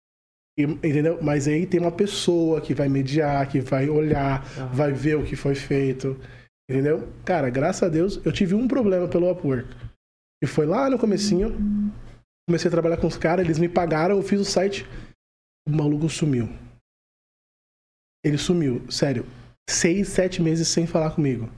Entendeu? Mas aí tem uma pessoa que vai mediar, que vai olhar, vai ver o que foi feito. Entendeu? Cara, graças a Deus, eu tive um problema pelo Upwork. E foi lá no comecinho, comecei a trabalhar com os caras, eles me pagaram, eu fiz o site, o maluco sumiu. Ele sumiu, sério, 6, 7 meses sem falar comigo.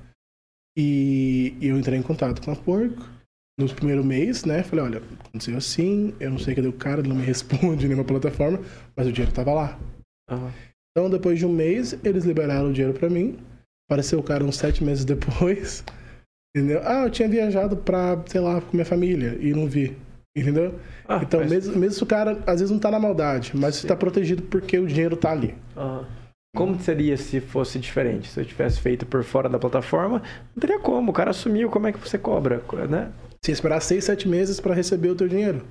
E eu entrei em contato com a Upwork no primeiro mês, né? Falei, olha, aconteceu assim, eu não sei cadê o cara, ele não me responde nenhuma plataforma, mas o dinheiro tava lá. Então, depois de um mês, eles liberaram o dinheiro pra mim. Apareceu o cara uns 7 meses depois. Entendeu? Eu tinha viajado pra, sei lá, com minha família e não vi. Entendeu? Então, mesmo se o cara, às vezes, não tá na maldade, mas você tá protegido porque o dinheiro tá ali. Como seria se fosse diferente? Se eu tivesse feito por fora da plataforma, não teria como. O cara sumiu, como é que você cobra, né? Se esperar 6, 7 meses pra receber o teu dinheiro.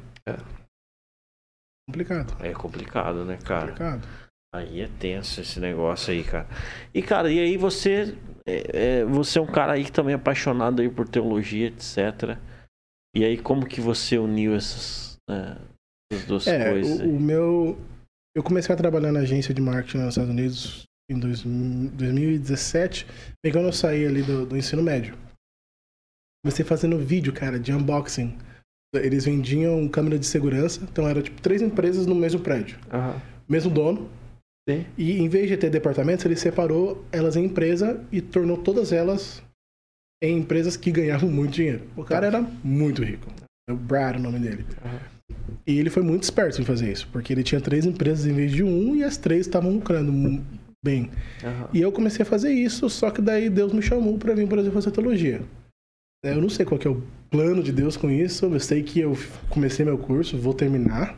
Complicado. É complicado, né, cara? Complicado. Aí é tenso esse negócio aí, cara. E, cara, e aí você é um cara aí que também é apaixonado aí por teologia, etc. E aí como que você uniu essas duas coisas? Eu comecei a trabalhar na agência de marketing nos Estados Unidos em 2017, quando eu saí ali do ensino médio. Comecei fazendo vídeo, cara, de unboxing. Eles vendiam câmera de segurança, então era tipo 3 empresas no mesmo prédio. Mesmo dono. Sim. E em vez de ter departamentos, ele separou elas em empresa e tornou todas elas em empresas que ganhavam muito dinheiro. O cara era muito rico. É o Brad, o nome dele. E ele foi muito esperto em fazer isso, porque ele tinha 3 empresas em vez de 1 e as 3 estavam lucrando bem. E eu comecei a fazer isso, só que daí Deus me chamou para vir para o Brasil fazer teologia. Eu não sei qual que é o plano de Deus com isso, eu sei que eu comecei meu curso, vou terminar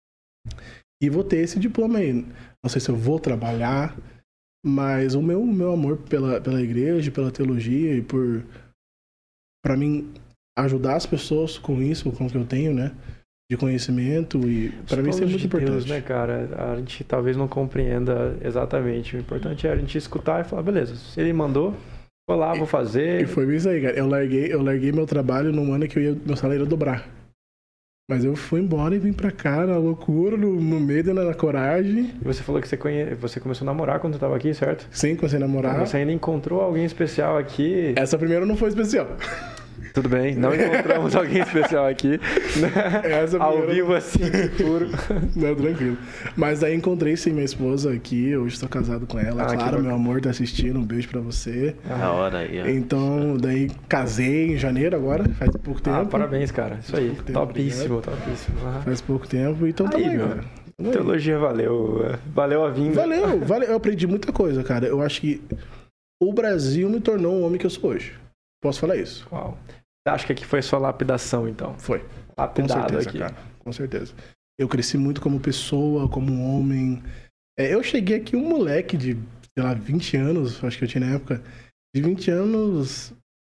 e vou ter esse diploma aí. Não sei se eu vou trabalhar, mas o meu amor pela igreja, pela teologia e para mim ajudar as pessoas com isso, com o que eu tenho, né? De conhecimento e para mim isso é muito importante. Deus, né, cara? A gente talvez não compreenda exatamente. O importante é a gente escutar e falar, beleza, se ele mandou, vou lá, vou fazer. E foi isso aí, cara. Eu larguei meu trabalho num ano que meu salário ia dobrar. Mas eu fui embora e vim pra cá na loucura, no medo e na coragem. E você falou que você começou a namorar quando você tava aqui, certo? Sim, comecei a namorar. Então você ainda encontrou alguém especial aqui. Essa primeira não foi especial. Tudo bem, não encontramos alguém especial aqui. Ao vivo assim, puro. Não, tranquilo. Mas aí encontrei sim minha esposa aqui, hoje estou casado com ela. Claro, meu amor tá assistindo, um beijo pra você. Da hora aí, ó. Então, daí casei em janeiro agora, faz pouco tempo. Parabéns, cara. Isso aí, topíssimo. Faz pouco tempo, então tá bem, cara. Teologia valeu a vinda. Valeu. Eu aprendi muita coisa, cara. Eu acho que o Brasil me tornou o homem que eu sou hoje. Posso falar isso? Uau. acha que aqui foi sua lapidação, então? Foi. Lapidado com certeza, aqui. Cara. Com certeza. Eu cresci muito como pessoa, como homem. Eu cheguei aqui um moleque de, sei lá, 20 anos, acho que eu tinha na época, de 20 anos,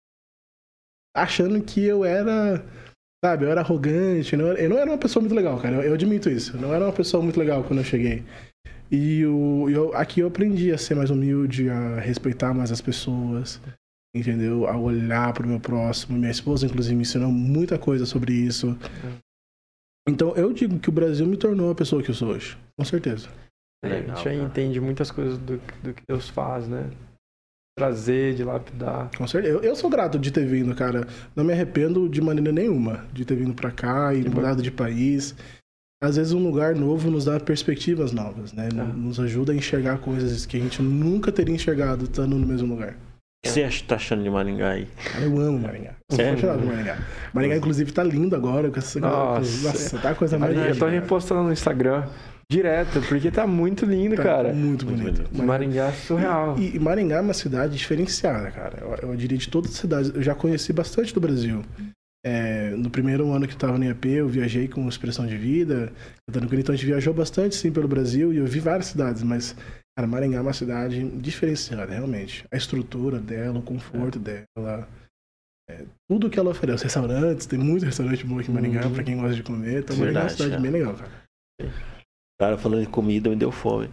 achando que eu era, sabe, eu era arrogante. Eu não era uma pessoa muito legal, cara. Eu admito isso. Eu não era uma pessoa muito legal quando eu cheguei. E aqui eu aprendi a ser mais humilde, a respeitar mais as pessoas, entendeu? A olhar pro meu próximo. Minha esposa, inclusive, me ensinou muita coisa sobre isso. Então, eu digo que o Brasil me tornou a pessoa que eu sou hoje. Com certeza. Legal, a gente entende muitas coisas do que Deus faz, né? Trazer, de lapidar. Com certeza. Eu sou grato de ter vindo, cara. Não me arrependo de maneira nenhuma de ter vindo pra cá e mudado de país. Às vezes um lugar novo nos dá perspectivas novas, né? Nos ajuda a enxergar coisas que a gente nunca teria enxergado estando no mesmo lugar. O que você tá achando de Maringá aí? Eu amo Maringá. Eu sou apaixonado por Maringá. Maringá, inclusive, tá lindo agora. Com essa... Nossa, tá a coisa mais linda. Eu tô repostando no Instagram direto, porque tá muito lindo, cara. Tá muito bonito. Maringá é surreal. E Maringá é uma cidade diferenciada, cara. Eu diria de todas as cidades. Eu já conheci bastante do Brasil. No primeiro ano que eu tava no IAP, eu viajei com Expressão de Vida. Então a gente viajou bastante, sim, pelo Brasil. E eu vi várias cidades, mas... Cara, Maringá é uma cidade diferenciada, realmente. A estrutura dela, o conforto dela, tudo que ela oferece. Os restaurantes, tem muito restaurante bom aqui em Maringá, pra quem gosta de comer. Então, Maringá é uma cidade bem legal, cara. Cara, falando de comida, me deu fome.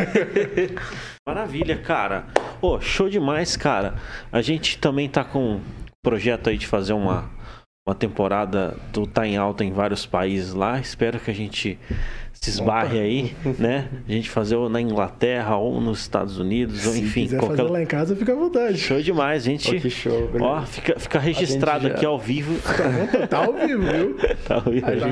Maravilha, cara. Pô, show demais, cara. A gente também tá com um projeto aí de fazer uma temporada do Tá em Alta em vários países lá. Espero que a gente se esbarre aí, né? A gente fazer ou na Inglaterra ou nos Estados Unidos, ou enfim. Se quiser fazer lá em casa, fica à vontade. Show demais, gente. Que show, ó, fica registrado aqui ao vivo. Tá ao vivo, viu? Tá ao vivo. A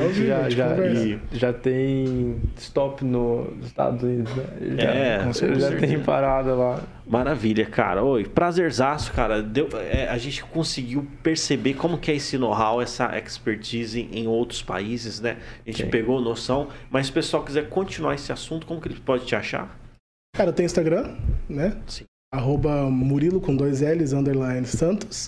gente já tem stop nos Estados Unidos, né? Já tem parada lá. Maravilha, cara. Oi, prazerzaço, cara. A gente conseguiu perceber como que é esse know-how, essa expertise em outros países, né? A gente pegou noção. Mas se o pessoal quiser continuar esse assunto, como que ele pode te achar? Cara, tem Instagram, né? Sim. @Murilo com 2 L's, _ Santos,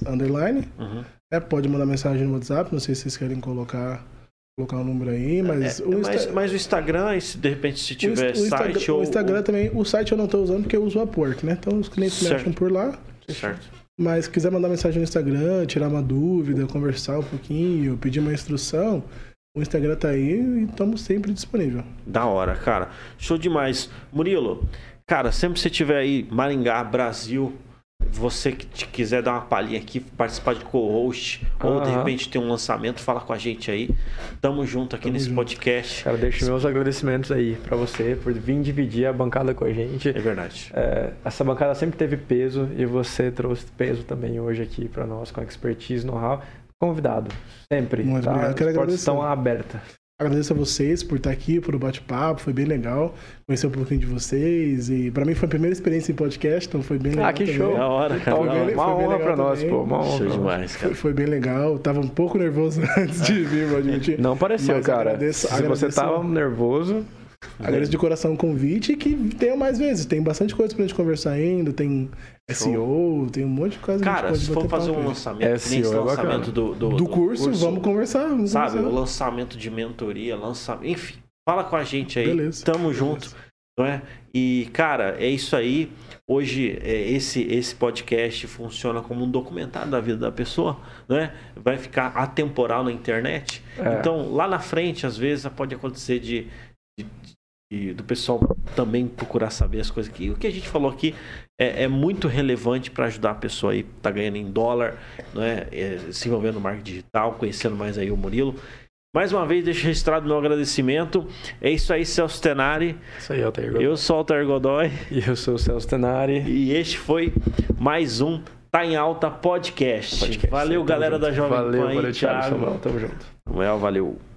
_. Pode mandar mensagem no WhatsApp, não sei se vocês querem colocar o número aí, mas... Mas o Instagram, de repente, se tiver site ou... O Instagram também, o site eu não tô usando porque eu uso o Upwork, né? Então os clientes me acham por lá. Certo. Mas se quiser mandar mensagem no Instagram, tirar uma dúvida, conversar um pouquinho, pedir uma instrução, o Instagram tá aí e estamos sempre disponível. Da hora, cara. Show demais. Murilo, cara, sempre que você estiver aí, Maringá, Brasil... Você que quiser dar uma palhinha aqui, participar de co-host, ou de repente ter um lançamento, fala com a gente aí. Tamo junto aqui nesse podcast. Cara, deixo meus agradecimentos aí pra você por vir dividir a bancada com a gente. É verdade. Essa bancada sempre teve peso e você trouxe peso também hoje aqui pra nós, com expertise, know-how. Convidado, sempre. Muito obrigado. As portas estão abertas. Agradeço a vocês por estar aqui, por o bate-papo, foi bem legal conhecer um pouquinho de vocês e pra mim foi a primeira experiência em podcast, então foi bem legal. Que também. show! Da hora, cara. Uma honra pra nós, pô. Uma honra. Show demais, cara. Foi bem legal, tava um pouco nervoso antes de vir, vou admitir. Não pareceu, cara. Se você tava nervoso... Agradeço de coração o convite e que tenha mais vezes. Tem bastante coisa pra gente conversar ainda, tem SEO, tem um monte de coisa. Cara, se for fazer um lançamento, SEO esse lançamento do curso, vamos conversar. Sabe, o lançamento de mentoria, enfim, fala com a gente aí. Beleza. Tamo junto, não é? E, cara, é isso aí. Hoje, esse podcast funciona como um documentário da vida da pessoa, né? Vai ficar atemporal na internet. Então, lá na frente, às vezes, pode acontecer do pessoal também procurar saber as coisas que o que a gente falou aqui é muito relevante para ajudar a pessoa aí tá ganhando em dólar, né? Se envolvendo no marketing digital, conhecendo mais aí o Murilo. Mais uma vez, deixo registrado meu agradecimento. É isso aí, Celso Tenari. Isso aí, Altair Godoy. Eu sou Altair Godoy. E eu sou o Celso Tenari. E este foi mais um Tá em Alta podcast. Valeu, galera da Jovem Pan. Valeu, Thiago. Tamo junto. Valeu.